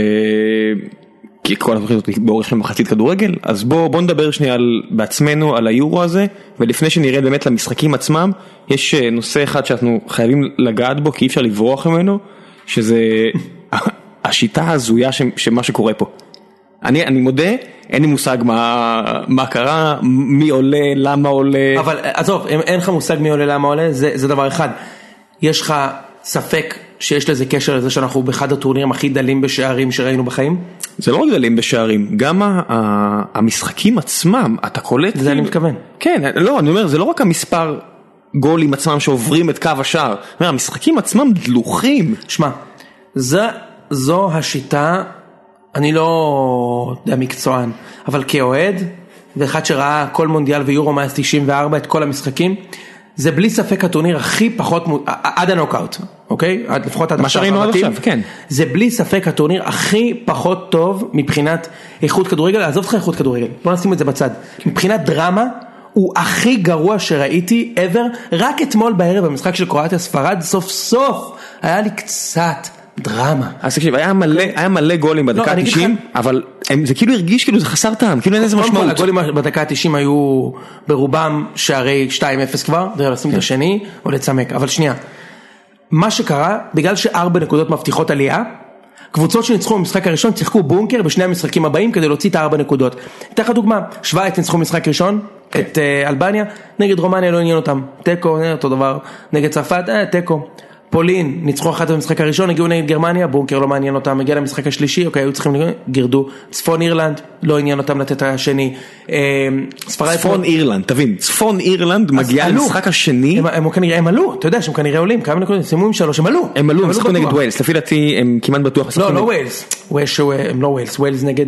כי כל התוכנית הזאת באורך של מחצית כדורגל, אז בוא, בוא נדבר שנייה על, בעצמנו על היורו הזה, ולפני שנרד באמת למשחקים עצמם, יש נושא אחד שאנחנו חייבים לגעת בו, כי אי אפשר לברוח ממנו, שזה השיטה הזויה שמה שקורה פה. אני, אני מודה, אין לי מושג מה, מה קרה, מי עולה, למה עולה. אבל עזוב, אין לך מושג מי עולה, למה עולה, זה, זה דבר אחד. יש לך ספק שיש לזה קשר לזה שאנחנו באחד הטורנירים הכי דלים בשערים שראינו בחיים? זה לא רק דלים בשערים, גם המשחקים עצמם, אתה קולט. זה אני מתכוון. כן, לא, אני אומר, זה לא רק המספר גולים עצמם שעוברים את קו השער, המשחקים עצמם דלוחים. שמע, זו, זו השיטה, אני לא יודע מקצוען, אבל כאוהד, ואחד שראה כל מונדיאל ויורו מאז תשעים וארבע את כל המשחקים, זה בלי ספק הטורניר הכי פחות, עד הנוקאוט, אוקיי? עד, לפחות עד מה שראינו עד עכשיו, כן. זה בלי ספק הטורניר הכי פחות טוב מבחינת איכות כדורגל, לעזוב לך איכות כדורגל, בוא נשים את זה בצד. מבחינת דרמה, הוא הכי גרוע שראיתי ever, רק אתמול בערב במשחק של קרואטיה ספרד, סוף סוף היה לי קצת דרמה. אז תקשיב, היה מלא, היה מלא גולים בדקה תשעים, אבל זה כאילו הרגיש כאילו זה חסר טעם, כאילו אין איזה משמעות. הגולים בדקה ה-תשעים היו ברובם שערי שתיים אפס כבר, זה לשים את השני או לצמק, אבל שנייה, מה שקרה, בגלל שארבע נקודות מבטיחות עלייה, קבוצות שניצחו במשחק הראשון צחקו בונקר בשני המשחקים הבאים כדי להוציא את הארבע נקודות. אתן לך דוגמה, שווייץ ניצחו במשחק ראשון, את אלבניה, נגד רומניה לא עניין אותם, טקו, אותו דבר, נגד צרפת, אה, טקו. פולין, ניצחו אחת במשחק הראשון, הגיעו נגד גרמניה, בונקר לא מעניין אותם, הגיע למשחק השלישי, אוקיי, היו צריכים גירדו, צפון אירלנד, לא עניין אותם לתת השני, צפון אירלנד, תבין, צפון אירלנד מגיעה למשחק השני, הם כנראה, הם עלו, אתה יודע שהם כנראה עולים, כמה נקודות, שימו עם שלוש, הם עלו, הם עלו, הם משחקו נגד ווילס, לפי דעתי הם כמעט בטוח, לא, לא ווילס, הם לא ווילס, ווילס נגד,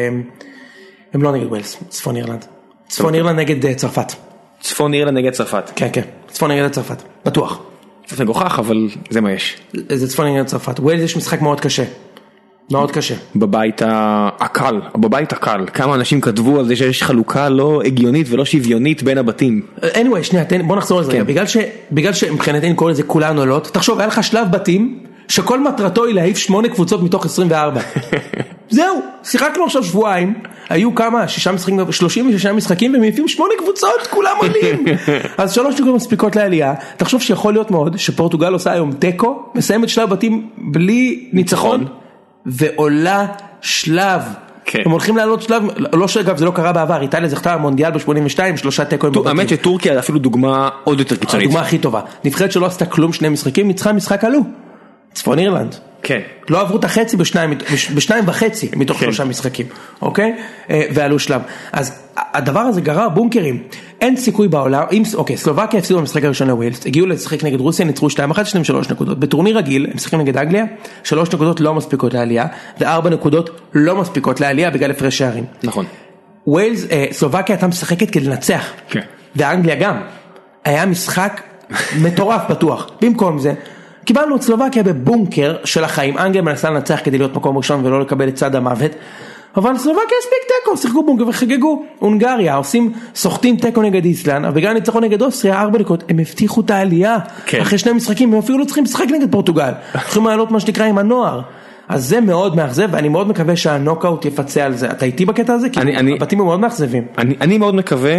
הם לא נגד ווילס, צפון אירלנד, צפון אירלנד נגד צרפת, צפון אירלנד נגד צרפת, כן, כן, צפון אירלנד צרפת, בטוח. זה מגוחך, אבל זה מה יש. זה צפון נגד צרפת. ווילס יש משחק מאוד קשה. מאוד קשה. בבית הקל, בבית הקל. כמה אנשים כתבו על זה שיש חלוקה לא הגיונית ולא שוויונית בין הבתים. anyway, שנייה, בוא נחזור לזה רגע. בגלל ש, בגלל שמבחינתנו קורא לזה כולן עולות, תחשוב, היה לך שלב בתים, שכל מטרתו היא להעיף שמונה קבוצות מתוך עשרים וארבע. זהו, שיחקנו עכשיו שבועיים, היו כמה, שישה משחקים, שלושים ושש משחקים, והם העיפים שמונה קבוצות, כולם עולים. אז שלוש נקודות מספיקות לעלייה, תחשוב שיכול להיות מאוד, שפורטוגל עושה היום טקו, מסיימת שלב בתים בלי ניצחון, ועולה שלב. הם הולכים לעלות שלב, לא שאגב זה לא קרה בעבר, איטליה זכתה המונדיאל ב-שמונים ושתיים, שלושה טקוים בבתים. האמת שטורקיה אפילו דוגמה עוד יותר קיצונית. הדוגמה הכי טובה, נבחרת שלא עשתה כלום שני משחקים, ניצחה משחק עלו. צפון אירלנד. כן. לא עברו את החצי בשניים, בשניים וחצי מתוך שלושה משחקים, אוקיי? ועלו שלב. אז הדבר הזה גרר בונקרים. אין סיכוי בעולם, אוקיי, סלובקיה הפסידו במשחק הראשון לווילס, הגיעו לשחק נגד רוסיה, ניצחו שתיים אחת, שתיים שלוש נקודות. בטורניר רגיל, הם משחקים נגד אנגליה, שלוש נקודות לא מספיקות לעלייה, וארבע נקודות לא מספיקות לעלייה בגלל הפרש שערים. נכון. ווילס, סלובקיה הייתה משחקת כדי לנצח. כן. ואנגליה גם. היה משחק מטורף בטוח. במקום זה, קיבלנו את סלובקיה בבונקר של החיים, אנגליה מנסה לנצח כדי להיות מקום ראשון ולא לקבל את צד המוות, אבל סלובקיה הספיק טקו, שיחקו בונקר וחגגו. הונגריה עושים, סוחטים טקו נגד איסלנד, אבל בגלל ניצחון נגד אוסטריה, ארבע דקות, הם הבטיחו את העלייה, כן. אחרי שני משחקים, הם אפילו לא צריכים לשחק נגד פורטוגל, צריכים לעלות מה שנקרא עם הנוער, אז זה מאוד מאכזב, ואני מאוד מקווה שהנוקאוט יפצה על זה. אתה איתי בקטע הזה? כי אני, הבתים הם מאוד מאכזבים. אני, אני מאוד מקווה,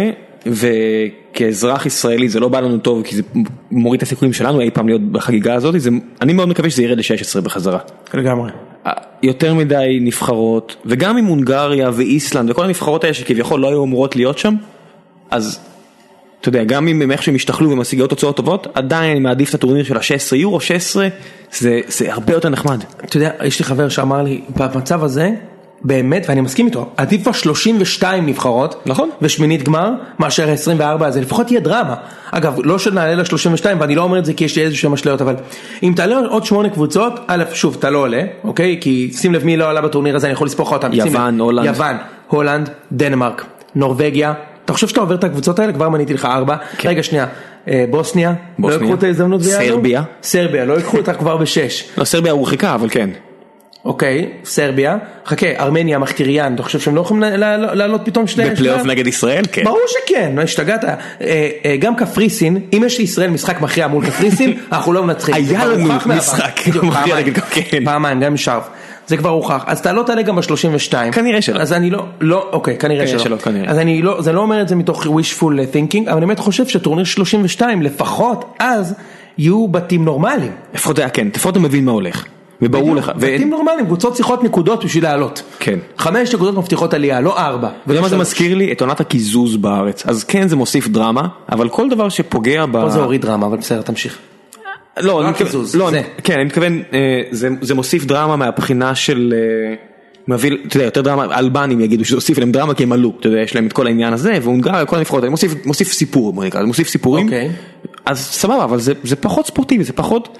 וכאזרח ישראלי זה לא בא לנו טוב, כי זה מוריד את הסיכויים שלנו אי פעם להיות בחגיגה הזאת, זה, אני מאוד מקווה שזה ירד ל-שש עשרה בחזרה. לגמרי. יותר מדי נבחרות, וגם עם הונגריה ואיסלנד, וכל הנבחרות האלה שכביכול לא היו אמורות להיות שם, אז אתה יודע, גם אם איך שהם השתחלו ומשיגות תוצאות טובות, עדיין אני מעדיף את הטורניר של ה-שש עשרה, יורו שש עשרה, זה, זה הרבה יותר נחמד. אתה יודע, יש לי חבר שאמר לי, במצב הזה, באמת, ואני מסכים איתו, עדיף כבר שלושים ושתיים נבחרות, נכון? ושמינית גמר, מאשר עשרים וארבע, אז לפחות תהיה דרמה. אגב, לא שנעלה ל-שלושים ושתיים, ואני לא אומר את זה כי יש לי איזושהי משליות, אבל אם תעלה עוד שמונה קבוצות, א', שוב, אתה לא עולה, אוקיי? כי שים לב מי לא עלה בטורניר הזה, אני יכול לספוך אותם. יוון, הולנד. יוון, הולנד, דנמרק, נורווגיה. אתה חושב שאתה עובר את הקבוצות האלה? כבר מניתי לך ארבע. כן. רגע, שנייה. בוסניה, לא יקחו את ההזדמנות ויעלו? סרביה. סרביה, לא יקחו אותך כבר בשש. לא, סרביה הורחקה, אבל כן. אוקיי, סרביה, חכה, ארמניה, מחתיריאן, אתה חושב שהם לא יכולים לעלות פתאום שני... בפלייאוף נגד ישראל, כן. ברור שכן, לא השתגעת. גם קפריסין, אם יש לישראל משחק מכריע מול קפריסין, אנחנו לא מנצחים. היה לנו משחק מכריע נגד קפריסין. פעמיים, גם משאר. זה כבר הוכח. אז אתה לא תעלה גם ב-שלושים ושתיים. כנראה שלא. אז אני לא, לא, אוקיי, כנראה שלא. אז אני לא, זה לא אומר את זה מתוך wishful thinking, אבל אני באמת חושב שטורניר שלושים ושתיים, לפחות אז, יהיו בתים נורמליים. לפחות היה כן, לפחות אתה מבין מה הולך. וברור לך. בתים נורמליים, קבוצות צריכות נקודות בשביל לעלות. כן. חמש נקודות מבטיחות עלייה, לא ארבע. וזה מה זה מזכיר לי? את עונת הקיזוז בארץ. אז כן, זה מוסיף דרמה, אבל כל דבר שפוגע ב... פה זה הוריד דרמה, אבל בסדר, תמשיך. לא, אני מתכוון, לא, כן, אני מתכוון, זה מוסיף דרמה מהבחינה של, מביא, אתה יודע, יותר דרמה, אלבנים יגידו שזה הוסיף להם דרמה כי הם עלו, אתה יודע, יש להם את כל העניין הזה, והונגריה, כל הנבחרות, אני מוסיף, מוסיף סיפור, בוא נקרא, מוסיף סיפורים, אז סבבה, אבל זה, זה פחות ספורטיבי, זה פחות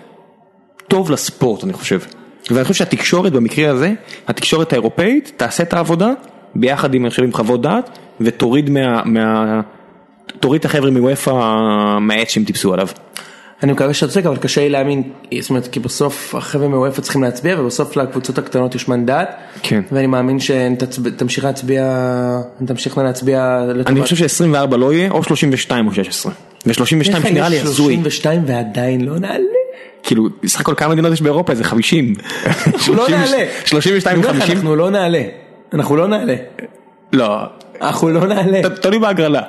טוב לספורט, אני חושב. ואני חושב שהתקשורת במקרה הזה, התקשורת האירופאית, תעשה את העבודה, ביחד עם, אני חושב, עם חוות דעת, ותוריד מה, מה, תוריד את החבר'ה מוופא מהעץ שהם טיפסו עליו. אני מקווה שאתה צודק, אבל קשה לי להאמין, זאת אומרת, כי בסוף החבר'ה מוופא צריכים להצביע, ובסוף לקבוצות הקטנות יש מנדט, כן. ואני מאמין שתמשיך להצביע, תמשיך להצביע לטובת. אני חושב ש-עשרים וארבע לא יהיה, או שלושים ושתיים או שש עשרה. ו-שלושים ושתיים שנראה לי הזוי. שלושים ושתיים ועדיין לא נעלה. כאילו, סך הכל כמה מדינות יש באירופה, זה חמישים. לא נעלה. שלושים ושתיים וחמישים. אנחנו לא נעלה. אנחנו לא נעלה. לא. אנחנו לא נעלה. תלוי בהגרלה.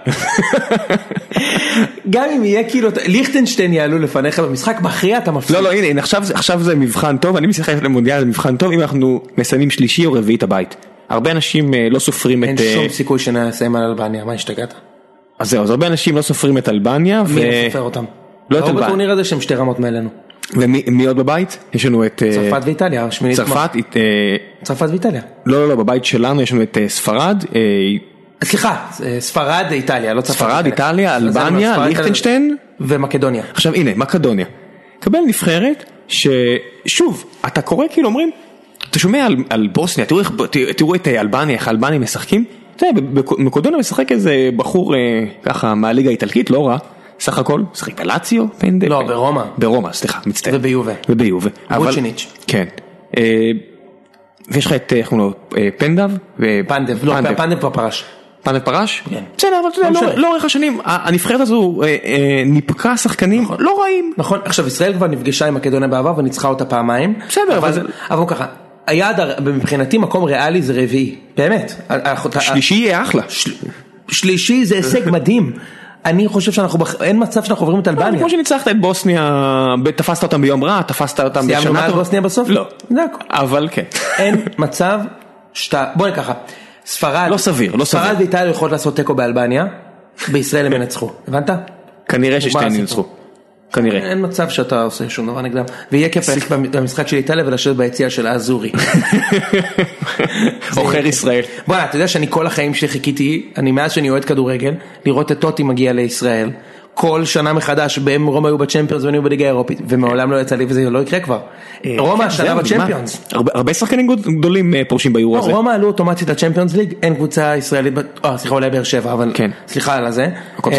גם אם יהיה כאילו, ליכטנשטיין יעלו לפניך במשחק, מכריע אתה מפסיד. לא, לא, הנה, עכשיו זה מבחן טוב, אני משחק למונדיאל, זה מבחן טוב, אם אנחנו מסיימים שלישי או רביעית הבית. הרבה אנשים לא סופרים את... אין שום סיכוי שנסיים על אלבניה, מה השתגעת? אז זהו, אז הרבה אנשים לא סופרים את אלבניה. מי לא סופר אותם? לא את אלבניה. בטורניר הזה שהם שתי רמות מעלינו. ומי עוד בבית? יש לנו את... צרפת ואיטליה. צרפת, צרפת ואיטליה. לא, לא, לא, בבית שלנו יש לנו את ספרד. סליחה, ספרד, איטליה, לא צרפת. ספרד, איטליה, אלבניה, ליכטנשטיין. ומקדוניה. עכשיו הנה, מקדוניה. קבל נבחרת ששוב, אתה קורא כאילו אומרים, אתה שומע על, על בוסניה, תראו, תראו את אלבניה, איך אלבנים משחקים. אתה יודע, במקדוניה משחק איזה בחור ככה מהליגה האיטלקית, לא רע. סך הכל, שחק בלאציו, פנדל. לא, ברומא. ברומא, סליחה, מצטער. וביובה. וביובה. בוצ'יניץ'. כן. ויש לך את, איך אומרים לו, פנדב? פנדב, לא, פנדב כבר פרש. פנדב פרש? כן. בסדר, אבל אתה יודע, לא אורך השנים, הנבחרת הזו ניפקה שחקנים לא רעים. נכון, עכשיו ישראל כבר נפגשה עם מקדוניה בעבר וניצחה אותה פעמיים. בסדר, אבל... אבל ככה, היעד, מבחינתי מקום ריאלי זה רביעי, באמת. שלישי יהיה אחלה. שלישי זה הישג מדהים. אני חושב שאנחנו, אין מצב שאנחנו עוברים את אלבניה. כמו שניצחת את בוסניה, תפסת אותם ביום רע, תפסת אותם בשנה. סיימנו מעל בוסניה בסוף? לא. אבל כן. אין מצב שאתה, בוא נקחה, ספרד. לא סביר, לא סביר. ספרד ואיטליה יכולות לעשות טקו באלבניה, בישראל הם ינצחו. הבנת? כנראה ששתיהן ינצחו. כנראה. אין מצב שאתה עושה שום דבר נגדם. ויהיה כיף ללכת במשחק של איטליה ולשבת ביציאה של האזורי. אוכר ישראל. בוא, אתה יודע שאני כל החיים שלי חיכיתי, אני מאז שאני אוהד כדורגל, לראות את טוטי מגיע לישראל, כל שנה מחדש, בהם רומא היו בצ'מפיונס ואני היו בליגה האירופית, ומעולם לא יצא לי וזה לא יקרה כבר. רומא השנה בצ'מפיונס. הרבה שחקנים גדולים פורשים באירו הזה. רומא עלו אוטומטית לצ'מפיונס ליג, אין קבוצה ישראלית, סליחה אולי באר שבע, אבל סליחה על זה.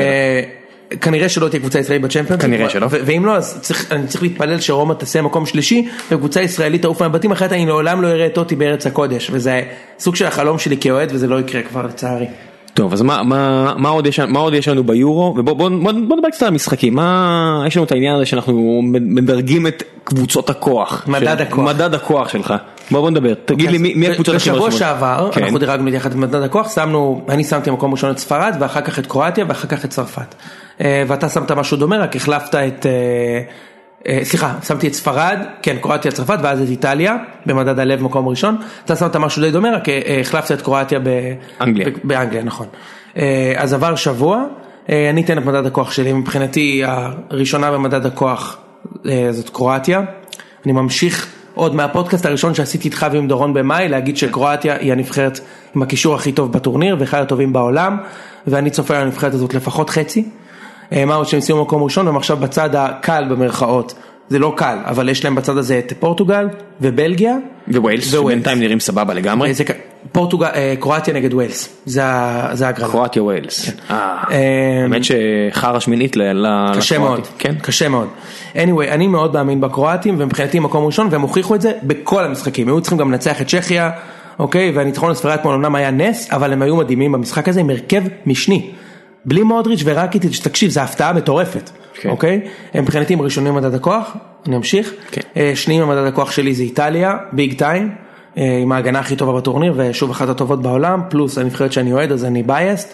כנראה שלא תהיה קבוצה ישראלית בצ'מפיונס, כנראה שלא. ואם לא, אז צריך, אני צריך להתפלל שרומא תעשה מקום שלישי, וקבוצה ישראלית תעוף מהבתים, אחרת אני לעולם לא אראה את טוטי בארץ הקודש, וזה סוג של החלום שלי כאוהד, וזה לא יקרה כבר לצערי. טוב, אז מה, מה, מה עוד יש, מה עוד יש לנו ביורו? ובוא, בוא, בוא, בוא נדבר קצת על המשחקים. מה, יש לנו את העניין הזה שאנחנו מדרגים את קבוצות הכוח. מדד של, הכוח. מדד הכוח שלך. בוא, בוא נדבר. תגיד לי, מי, מי הקבוצות הכי בשבוע שעבר, כן. אנחנו דירגנו יחד את מדד הכוח, שמנו, אני שמתי מקום ראשון את ספרד, ואחר כך את קרואטיה, ואחר כך את צרפת. ואתה שמת משהו דומה, רק החלפת את, סליחה, שמתי את ספרד, כן, קרואטיה, צרפת, ואז את איטליה, במדד הלב מקום ראשון. אתה שמת משהו די דומה, רק החלפת את קרואטיה באנגליה. באנגליה, נכון. אז עבר שבוע, אני אתן את מדד הכוח שלי, מבחינתי הראשונה במדד הכוח זאת קרואטיה. אני ממשיך עוד מהפודקאסט הראשון שעשיתי איתך ועם דורון במאי, להגיד שקרואטיה היא הנבחרת עם הקישור הכי טוב בטורניר, ואחד הטובים בעולם, ואני צופה על הנבחרת הזאת לפחות חצי. מה עוד שהם סיימו מקום ראשון, והם עכשיו בצד הקל במרכאות, זה לא קל, אבל יש להם בצד הזה את פורטוגל ובלגיה. וווילס, שבינתיים נראים סבבה לגמרי. פורטוגל, קרואטיה נגד ווילס, זה הגרלה. קרואטיה ווילס. האמת שחרה שמינית לקרואטיה. קשה מאוד, קשה מאוד. anyway, אני מאוד מאמין בקרואטים, ומבחינתי מקום ראשון, והם הוכיחו את זה בכל המשחקים. היו צריכים גם לנצח את צ'כיה, אוקיי, והניצחון לספרד כמו אמנם היה נס, אבל הם היו מדהימים במשחק הזה עם הרכב משני. בלי מודריץ' וראקיטיץ', תקשיב, זו הפתעה מטורפת, אוקיי? הם מבחינתי הם ראשונים במדד הכוח, אני אמשיך. שניים במדד הכוח שלי זה איטליה, ביג טיים, עם ההגנה הכי טובה בטורניר, ושוב אחת הטובות בעולם, פלוס הנבחרת שאני אוהד, אז אני בייסט.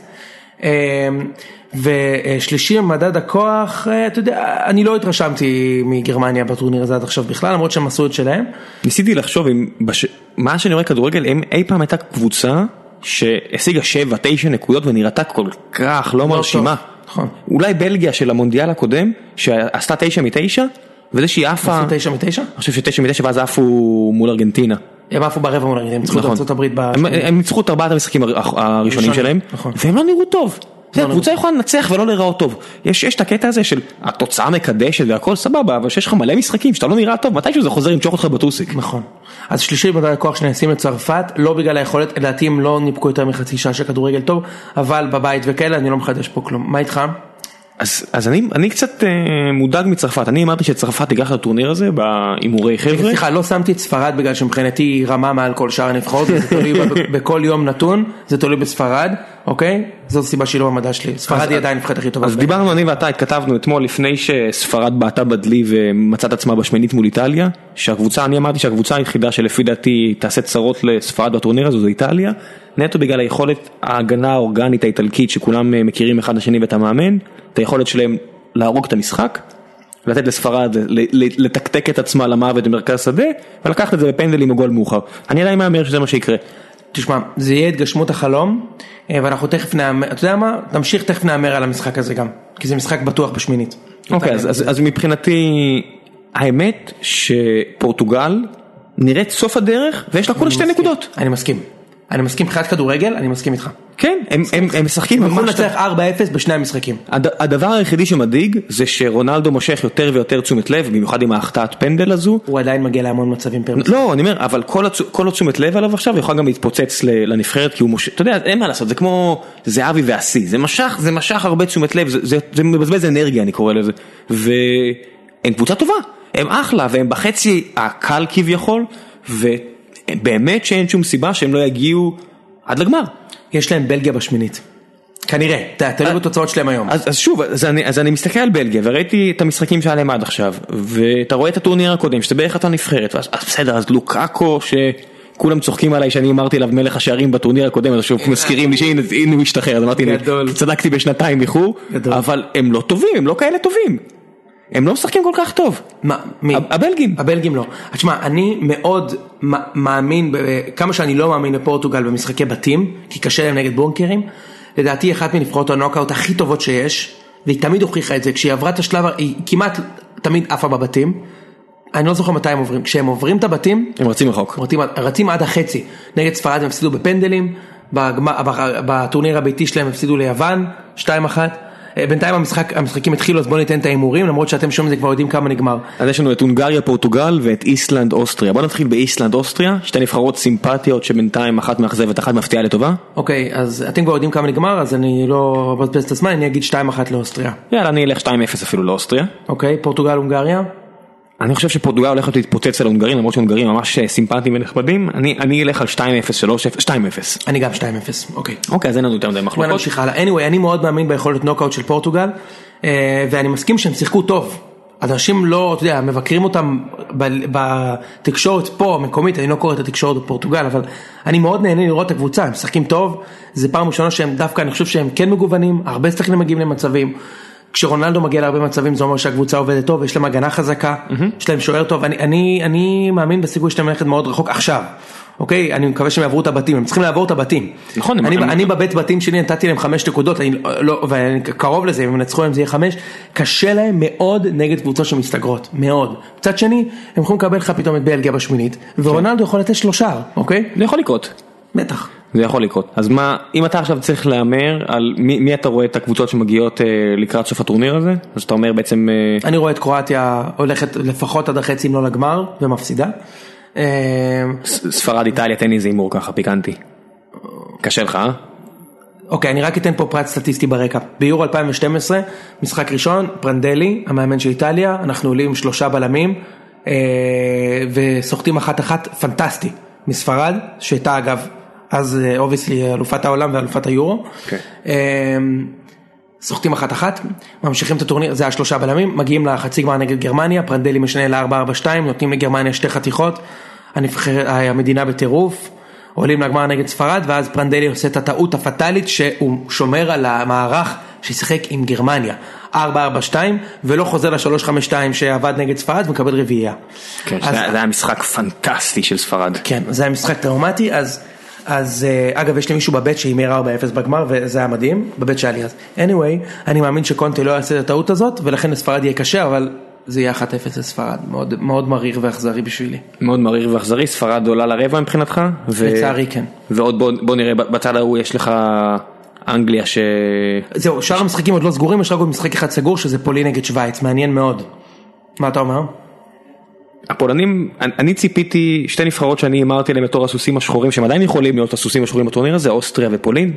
ושלישי במדד הכוח, אתה יודע, אני לא התרשמתי מגרמניה בטורניר הזה עד עכשיו בכלל, למרות שהם עשו את שלהם. ניסיתי לחשוב, מה שאני רואה כדורגל, הם אי פעם הייתה קבוצה, שהשיגה שבע, תשע נקודות ונראתה כל כך לא מרשימה. נכון. אולי בלגיה של המונדיאל הקודם, שעשתה תשע מתשע, וזה שהיא עפה... עשו תשע מתשע? אני חושב שתשע מתשע ואז עפו מול ארגנטינה. הם עפו ברבע מול ארגנטינה, הם ניצחו את ארצות הברית. הם ניצחו את ארבעת המשחקים הראשונים שלהם, והם לא נראו טוב. קבוצה יכולה לנצח ולא לראות טוב. יש את הקטע הזה של התוצאה מקדשת והכל סבבה, אבל שיש לך מלא משחקים שאתה לא נראה טוב, מתישהו זה חוזר למשוך אותך בטוסיק. נכון. אז שלישי במדד הכוח שנעשים לצרפת, לא בגלל היכולת, לדעתי הם לא ניפקו יותר מחצי שעה של כדורגל טוב, אבל בבית וכאלה אני לא מחדש פה כלום. מה איתך? אז, אז אני, אני קצת אה, מודאג מצרפת. אני אמרתי שצרפת תיגח לטורניר הזה באימורי חבר'ה. סליחה, לא שמתי את ספרד בגלל שמבחינתי רמה מעל כל שאר הנבחרות, זה תלוי בכל יום נתון, זה תלוי בספרד, אוקיי? זו סיבה שהיא לא במדע שלי. ספרד היא עדיין נבחרת הכי טובה. אז דיברנו אני ואתה, התכתבנו אתמול לפני שספרד בעטה בדלי ומצאת עצמה בשמינית מול איטליה, שהקבוצה, אני אמרתי שהקבוצה היחידה שלפי דעתי תעשה צרות לספרד בטורניר הזו, זו איטליה, נטו בגלל היכולת ההגנה האורגנית האיטלקית שכולם מכירים אחד לשני ואת המאמן, את היכולת שלהם להרוג את המשחק, לתת לספרד לתקתק את עצמה למוות במרכז שדה, ולקחת את זה בפנדלים או גול מאוחר. אני עדיין מאמר שזה מה שיקרה. תשמע, זה יהיה התגשמות החלום, ואנחנו תכף נאמר, אתה יודע מה? תמשיך תכף נאמר על המשחק הזה גם, כי זה משחק בטוח בשמינית. אוקיי, אז, אז, אז מבחינתי, האמת שפורטוגל נראית סוף הדרך, ויש לה כל שתי נקודות. אני מסכים. אני מסכים, מבחינת כדורגל, אני מסכים איתך. כן, הם, הם, הם משחקים ממש... הם יכולים לנצח ארבע אפס בשני המשחקים. הד, הדבר היחידי שמדאיג, זה שרונלדו מושך יותר ויותר תשומת לב, במיוחד עם ההחטאת פנדל הזו. הוא עדיין מגיע להמון מצבים פר משחק. לא, אני אומר, אבל כל, הצ... כל התשומת לב עליו עכשיו, יכול גם להתפוצץ לנבחרת, כי הוא מושך, אתה יודע, אין מה לעשות, זה כמו זהבי ועשי, זה משך, זה משך הרבה תשומת לב, זה, זה, זה מבזבז אנרגיה, אני קורא לזה. והם קבוצה טובה, הם אחלה, והם בחצי הקל כביכול, ובאמת שאין שום סיבה שהם לא יגיעו עד לגמר. יש להם בלגיה בשמינית. כנראה, תלוי בתוצאות שלהם היום. אז, אז שוב, אז אני, אז אני מסתכל על בלגיה, וראיתי את המשחקים שהיה להם עד עכשיו, ואתה רואה את הטורניר הקודם, שאתה בערך אתה נבחרת, ואז, אז בסדר, אז לוקאקו, שכולם צוחקים עליי, שאני אמרתי עליו מלך השערים בטורניר הקודם, אז שוב מזכירים לי שהנה הוא השתחרר, אז אמרתי, צדקתי בשנתיים איחור, אבל הם לא טובים, הם לא כאלה טובים. הם לא משחקים כל כך טוב. מה? מי? הבלגים. הבלגים לא. תשמע, אני מאוד מאמין, כמה שאני לא מאמין לפורטוגל במשחקי בתים, כי קשה להם נגד בונקרים, לדעתי אחת מנבחרות הנוקאוט הכי טובות שיש, והיא תמיד הוכיחה את זה, כשהיא עברה את השלב, היא כמעט תמיד עפה בבתים, אני לא זוכר מתי הם עוברים, כשהם עוברים את הבתים, הם רצים רחוק. רצים, רצים עד החצי, נגד ספרד הם הפסידו בפנדלים, בטורניר הביתי שלהם הפסידו ליוון, שתיים אחת, בינתיים המשחק, המשחקים התחילו, אז בואו ניתן את האימורים, למרות שאתם שומעים זה כבר יודעים כמה נגמר. אז יש לנו את הונגריה, פורטוגל ואת איסלנד, אוסטריה. בואו נתחיל באיסלנד, אוסטריה, שתי נבחרות סימפטיות שבינתיים אחת מאכזבת, אחת מפתיעה לטובה. אוקיי, אז אתם כבר יודעים כמה נגמר, אז אני לא מבזבז את הזמן, אני אגיד שתיים אחת לאוסטריה. יאללה, אני אלך שתיים אפס אפילו לאוסטריה. אוקיי, פורטוגל, הונגריה. אני חושב שפורטוגל הולכת להתפוצץ על ההונגרים, למרות שההונגרים ממש סימפטיים ונחמדים. אני, אני אלך על שתיים אפס, שלוש אפס, שתיים אפס. אני גם שתיים אפס, אוקיי. אוקיי, אז אין לנו יותר מדי מחלוקות. בוא נמשיך הלאה. anyway, אני מאוד מאמין ביכולת נוקאוט של פורטוגל, ואני מסכים שהם שיחקו טוב. אנשים לא, אתה יודע, מבקרים אותם בתקשורת פה, מקומית, אני לא קורא את התקשורת בפורטוגל, אבל אני מאוד נהנה לראות את הקבוצה, הם משחקים טוב, זה פעם ראשונה שהם דווקא, אני חושב שהם כן מגוונים, הרבה שחקנים מגיעים למצבים, כשרונלדו מגיע להרבה מצבים, זה אומר שהקבוצה עובדת טוב, יש להם הגנה חזקה, יש להם שוער טוב, אני, אני, אני מאמין בסיכוי שלהם ללכת מאוד רחוק עכשיו, אוקיי? אני מקווה שהם יעברו את הבתים, הם צריכים לעבור את הבתים. נכון. אני, אני, אני בבית בתים שלי נתתי להם חמש נקודות, אני לא, ואני קרוב לזה, אם הם נצחו להם זה יהיה חמש, קשה להם מאוד נגד קבוצות שמסתגרות, מאוד. מצד שני, הם יכולים לקבל לך פתאום את בלגיה בשמינית, ורונלדו יכול לתת שלושה, אוקיי? זה יכול לקרות. בטח. זה יכול לקרות. אז מה, אם אתה עכשיו צריך לאמר על מי, מי אתה רואה את הקבוצות שמגיעות אה, לקראת סוף הטורניר הזה? אז אתה אומר בעצם... אה... אני רואה את קרואטיה הולכת לפחות עד החצי אם לא לגמר, ומפסידה. ספרד, איטליה, תן לי איזה אימור ככה, פיקנטי. קשה לך, אה? אוקיי, אני רק אתן פה פרט סטטיסטי ברקע. ביורו אלפיים ושתים עשרה, משחק ראשון, פרנדלי, המאמן של איטליה, אנחנו עולים שלושה בלמים, וסוחטים אחת אחת, פנטסטי, מספרד, שהייתה אגב, אז אובייסלי אלופת העולם ואלופת היורו. סוחטים אחת אחת, ממשיכים את הטורניר, זה השלושה בלמים, מגיעים לחצי גמר נגד גרמניה, פרנדלי משנה ל-ארבע ארבע שתיים, נותנים לגרמניה שתי חתיכות, המדינה בטירוף, עולים לגמר נגד ספרד, ואז פרנדלי עושה את הטעות הפטלית, שהוא שומר על המערך שישחק עם גרמניה, ארבע ארבע שתיים, ולא חוזר ל-שלוש חמש שתיים שעבד נגד ספרד, ומקבל רביעייה. כן, אז, זה היה משחק פנטסטי של ספרד. כן, זה היה משחק טראומטי, אז... אז אגב יש לי מישהו בבית שהימר ארבע אפס בגמר וזה היה מדהים, בבית שהיה לי אז. anyway, אני מאמין שקונטה לא יעשה את הטעות הזאת ולכן לספרד יהיה קשה, אבל זה יהיה אחת אפס לספרד, מאוד, מאוד מריר ואכזרי בשבילי. מאוד מריר ואכזרי, ספרד עולה לרבע מבחינתך? ו... לצערי כן. ועוד בוא, בוא נראה, בצד ההוא יש לך אנגליה ש... זהו, שאר המשחקים עוד לא סגורים, יש רק עוד משחק אחד סגור שזה פולין נגד שוויץ, מעניין מאוד. מה אתה אומר? הפולנים, אני ציפיתי שתי נבחרות שאני אמרתי להם בתור הסוסים השחורים, שהם עדיין יכולים להיות הסוסים השחורים בטורניר הזה, אוסטריה ופולין.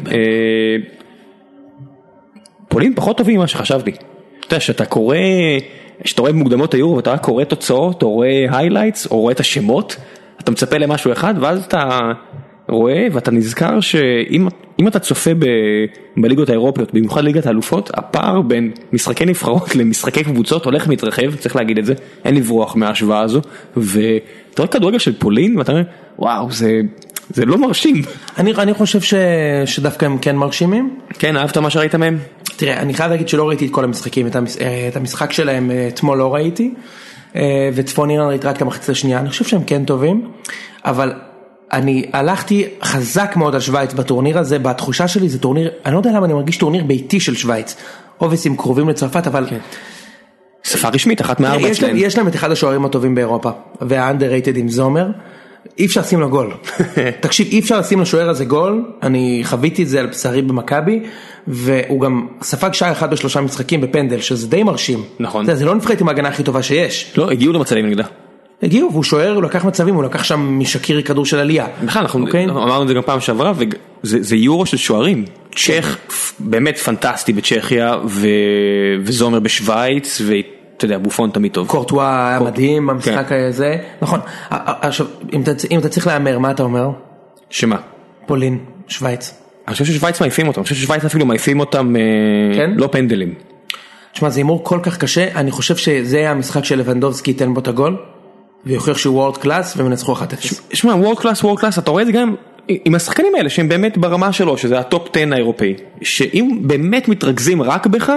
פולין פחות טובים ממה שחשבתי. אתה יודע, שאתה קורא, שאתה רואה במוקדמות היורו, ואתה רק קורא תוצאות, או רואה היילייטס, או רואה את השמות, אתה מצפה למשהו אחד, ואז אתה רואה, ואתה נזכר שאם אם אתה צופה ב, בליגות האירופיות, במיוחד ליגת האלופות, הפער בין משחקי נבחרות למשחקי קבוצות הולך מתרחב, צריך להגיד את זה, אין לברוח מההשוואה הזו, ואתה רואה כדורגל של פולין, ואתה אומר, וואו, זה, זה לא מרשים. אני, אני חושב ש, שדווקא הם כן מרשימים. כן, אהבת מה שראית מהם? תראה, אני חייב להגיד שלא ראיתי את כל המשחקים, את, המש, את המשחק שלהם אתמול לא ראיתי, וצפון אירלנד ראיתי רק את המחצית השנייה, אני חושב שהם כן טובים, אבל אני הלכתי חזק מאוד על שוויץ בטורניר הזה, בתחושה שלי זה טורניר, אני לא יודע למה אני מרגיש טורניר ביתי של שוויץ, אובייסים קרובים לצרפת, אבל... כן. שפה רשמית, אחת מארבע יש, יש להם את אחד השוערים הטובים באירופה, והאנדררייטד עם זומר, אי אפשר לשים לו גול. תקשיב, אי אפשר לשים לשוער הזה גול, אני חוויתי את זה על בשרי במכבי, והוא גם ספג שער אחד בשלושה משחקים בפנדל, שזה די מרשים. נכון. זה, זה לא נבחרת עם ההגנה הכי טובה שיש. לא, הגיעו למצבים נגדה. הגיעו, והוא שוער, הוא לקח מצבים, הוא לקח שם משקיר כדור של עלייה. בכלל, אנחנו אמרנו את זה גם פעם שעברה, וזה יורו של שוערים. צ'ך, באמת פנטסטי בצ'כיה, וזומר בשוויץ, ואתה יודע, בופון תמיד טוב. קורטואה היה מדהים במשחק הזה. נכון. עכשיו, אם אתה צריך לאמר, מה אתה אומר? שמה? פולין, שוויץ. אני חושב ששוויץ מעיפים אותם, אני חושב ששוויץ אפילו מעיפים אותם לא פנדלים. תשמע, זה אימור כל כך קשה, אני חושב שזה המשחק של לבנדובסקי ייתן בו את הגול, ויוכיח שהוא וורד קלאס, ומנצחו אחת אפס. שמע, וורד קלאס, וורד קלאס, אתה רואה את זה גם עם השחקנים האלה, שהם באמת ברמה שלו, שזה הטופ עשר האירופאי, שאם באמת מתרכזים רק בך,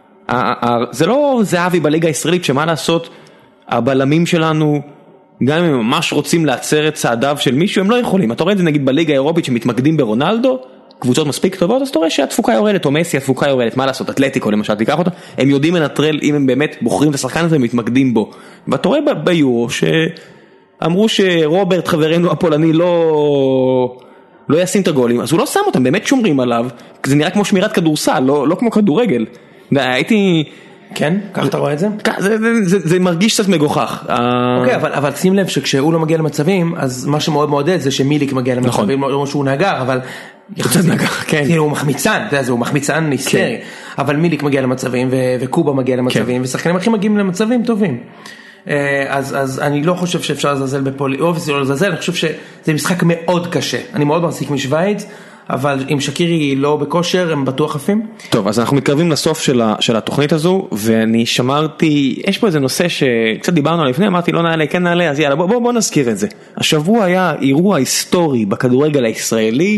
זה לא זהבי בליגה הישראלית, שמה לעשות, הבלמים שלנו, גם אם הם ממש רוצים לעצר את צעדיו של מישהו, הם לא יכולים. אתה רואה את זה נגיד בליגה האירופית, שמתמקדים ברונלדו, קבוצות מספיק טובות, אז אתה רואה שהתפוקה יורדת, או מסי התפוקה יורדת, מה לעשות, אתלטיקו למשל, תיקח אותה, הם יודעים לנטרל אם הם באמת בוחרים את השחקן הזה ומתמקדים בו. ואתה רואה ביורו שאמרו שרוברט חברנו הפולני לא, לא ישים את הגולים, אז הוא לא שם אותם, באמת שומרים עליו, זה נראה כמו שמירת כדורסל, לא, לא כמו כדורגל. הייתי... כן? כך אתה רואה את זה? זה, זה, זה, זה מרגיש קצת מגוחך. אוקיי, אבל, אבל שים לב שכשהוא לא מגיע למצבים, אז מה שמאוד מעודד זה שמיליק מגיע למצבים, לא שהוא נאגר, אבל... הוא מחמיצן, הוא מחמיצן היסטרי, אבל מיליק מגיע למצבים וקובה מגיע למצבים ושחקנים הכי מגיעים למצבים טובים, אז אני לא חושב שאפשר לזלזל בפולי, אובייסי לא לזלזל, אני חושב שזה משחק מאוד קשה, אני מאוד מחזיק משוויץ, אבל אם שקירי לא בכושר הם בטוח עפים. טוב, אז אנחנו מתקרבים לסוף של, ה, של התוכנית הזו, ואני שמרתי, יש פה איזה נושא שקצת דיברנו לפני, אמרתי לא נעלה, כן נעלה, אז יאללה בוא, בוא, בוא נזכיר את זה. השבוע היה אירוע היסטורי בכדורגל הישראלי,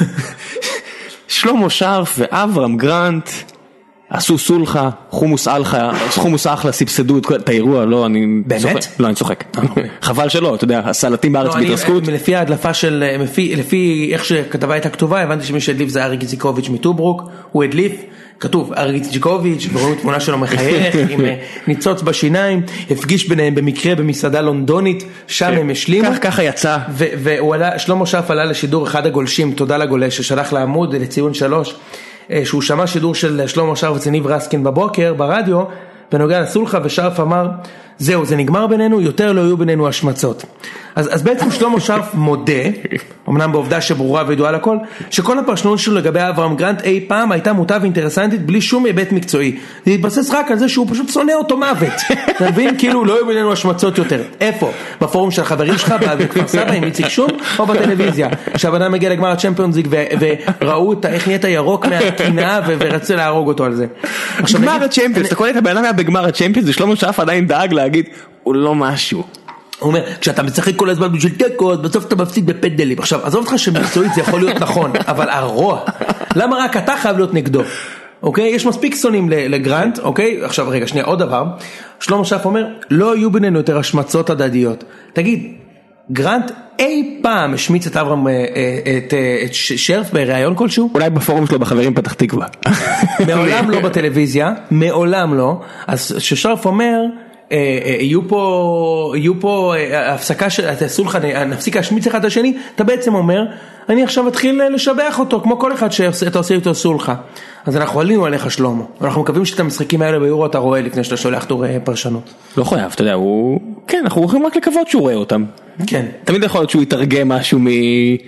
שלמה שרף ואברהם גרנט, עשו סולחה, חומוס אלחה, חומוס אחלה, סבסדו את האירוע, לא, אני... באמת? לא, אני צוחק. חבל שלא, אתה יודע, הסלטים בארץ בהתרסקות. לפי ההדלפה של, לפי איך שכתבה הייתה כתובה, הבנתי שמי שהדליף זה אריק איזיקוביץ' מטוברוק, הוא הדליף, כתוב אריק איזיקוביץ', ורואים תמונה שלו מחייך, עם ניצוץ בשיניים, הפגיש ביניהם במקרה במסעדה לונדונית, שם הם השלימו. ככה יצא. ושלמה שרף עלה לשידור אחד הגולשים, תודה לגולש, ששלח לעמוד לציון שלוש, שהוא שמע שידור של שלמה שרף וצניב רסקין בבוקר ברדיו בנוגע לסולחה, ושרף אמר זהו, זה נגמר בינינו, יותר לא יהיו בינינו השמצות. אז, אז בעצם שלמה שרף מודה, אמנם בעובדה שברורה וידועה לכל, שכל הפרשנות שלו לגבי אברהם גרנט אי פעם הייתה מוטה ואינטרסנטית בלי שום היבט מקצועי. זה התבסס רק על זה שהוא פשוט שונא אותו מוות. אתה מבין? כאילו לא יהיו בינינו השמצות יותר. איפה? בפורום של החברים שלך, בכפר סבא עם איציק שום, או בטלוויזיה. שהבן מגיע לגמר הצ'מפיונס ליג וראו איך נהיית ירוק מהקנאה ורצה להרוג אותו על זה. גמר הצ'מפיונס, אתה קורא את הבן אדם בגמר הצ'מפיונס, ושלמה שרף עדיין דאג להגיד, הוא לא משהו. הוא אומר, כשאתה משחק כל הזמן בשביל תיקו, בסוף אתה מפסיד בפנדלים. עכשיו, עזוב אותך שמקצועית זה יכול להיות נכון, אבל הרוע, למה רק אתה חייב להיות נגדו? אוקיי? יש מספיק סונים לגרנט, אוקיי? עכשיו, רגע, שנייה, עוד דבר. שלמה שרף אומר, לא יהיו בינינו יותר השמצות הדדיות. תגיד, גרנט אי פעם השמיץ את אברהם, את שרף בראיון כלשהו? אולי בפורום שלו בחברים פתח תקווה. מעולם לא בטלוויזיה, מעולם לא. אז ששרף אומר, יהיו פה, יהיו פה הפסקה של, תעשו לך, נפסיק להשמיץ אחד השני, אתה בעצם אומר, אני עכשיו אתחיל לשבח אותו, כמו כל אחד שאתה עושה איתו סולחה. אז אנחנו עלינו עליך שלמה, אנחנו מקווים שאת המשחקים האלה ביורו אתה רואה לפני שאתה שולח תור פרשנות. לא חייב, אתה יודע, הוא, כן, אנחנו יכולים רק לקוות שהוא רואה אותם. כן. תמיד יכול להיות שהוא יתרגם משהו מ...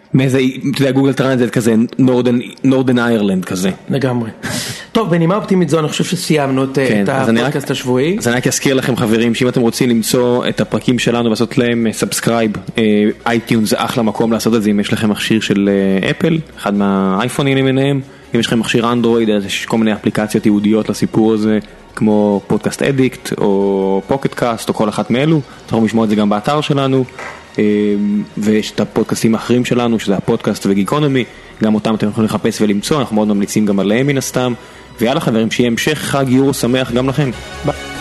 מאיזה, אתה יודע, גוגל טרנסלייט כזה, נורדן איירלנד כזה. לגמרי. טוב, בנימה אופטימית זו, אני חושב שסיימנו את הפודקאסט השבועי. אז אני רק אזכיר לכם חברים, שאם אתם רוצים למצוא את הפרקים שלנו ולעשות להם סאבסקרייב, אייטיונס זה אחלה מקום לעשות את זה, אם יש לכם מכשיר של אפל, אחד מהאייפונים למיניהם, אם יש לכם מכשיר אנדרואיד, אז יש כל מיני אפליקציות ייעודיות לסיפור הזה, כמו פודקאסט אדיקט, או פוקט קאסט, או כל אחת מאלו, אתם יכולים לשמוע את זה גם באתר שלנו, ויש את הפודקאסטים האחרים שלנו, שזה הפודקאסט וגיקונומי, גם אותם אתם יכולים לחפש ולמצוא, אנחנו מאוד ממליצים גם עליהם מן הסתם, ויאללה חברים, שיהיה המשך חג יורו שמח גם לכם. ביי.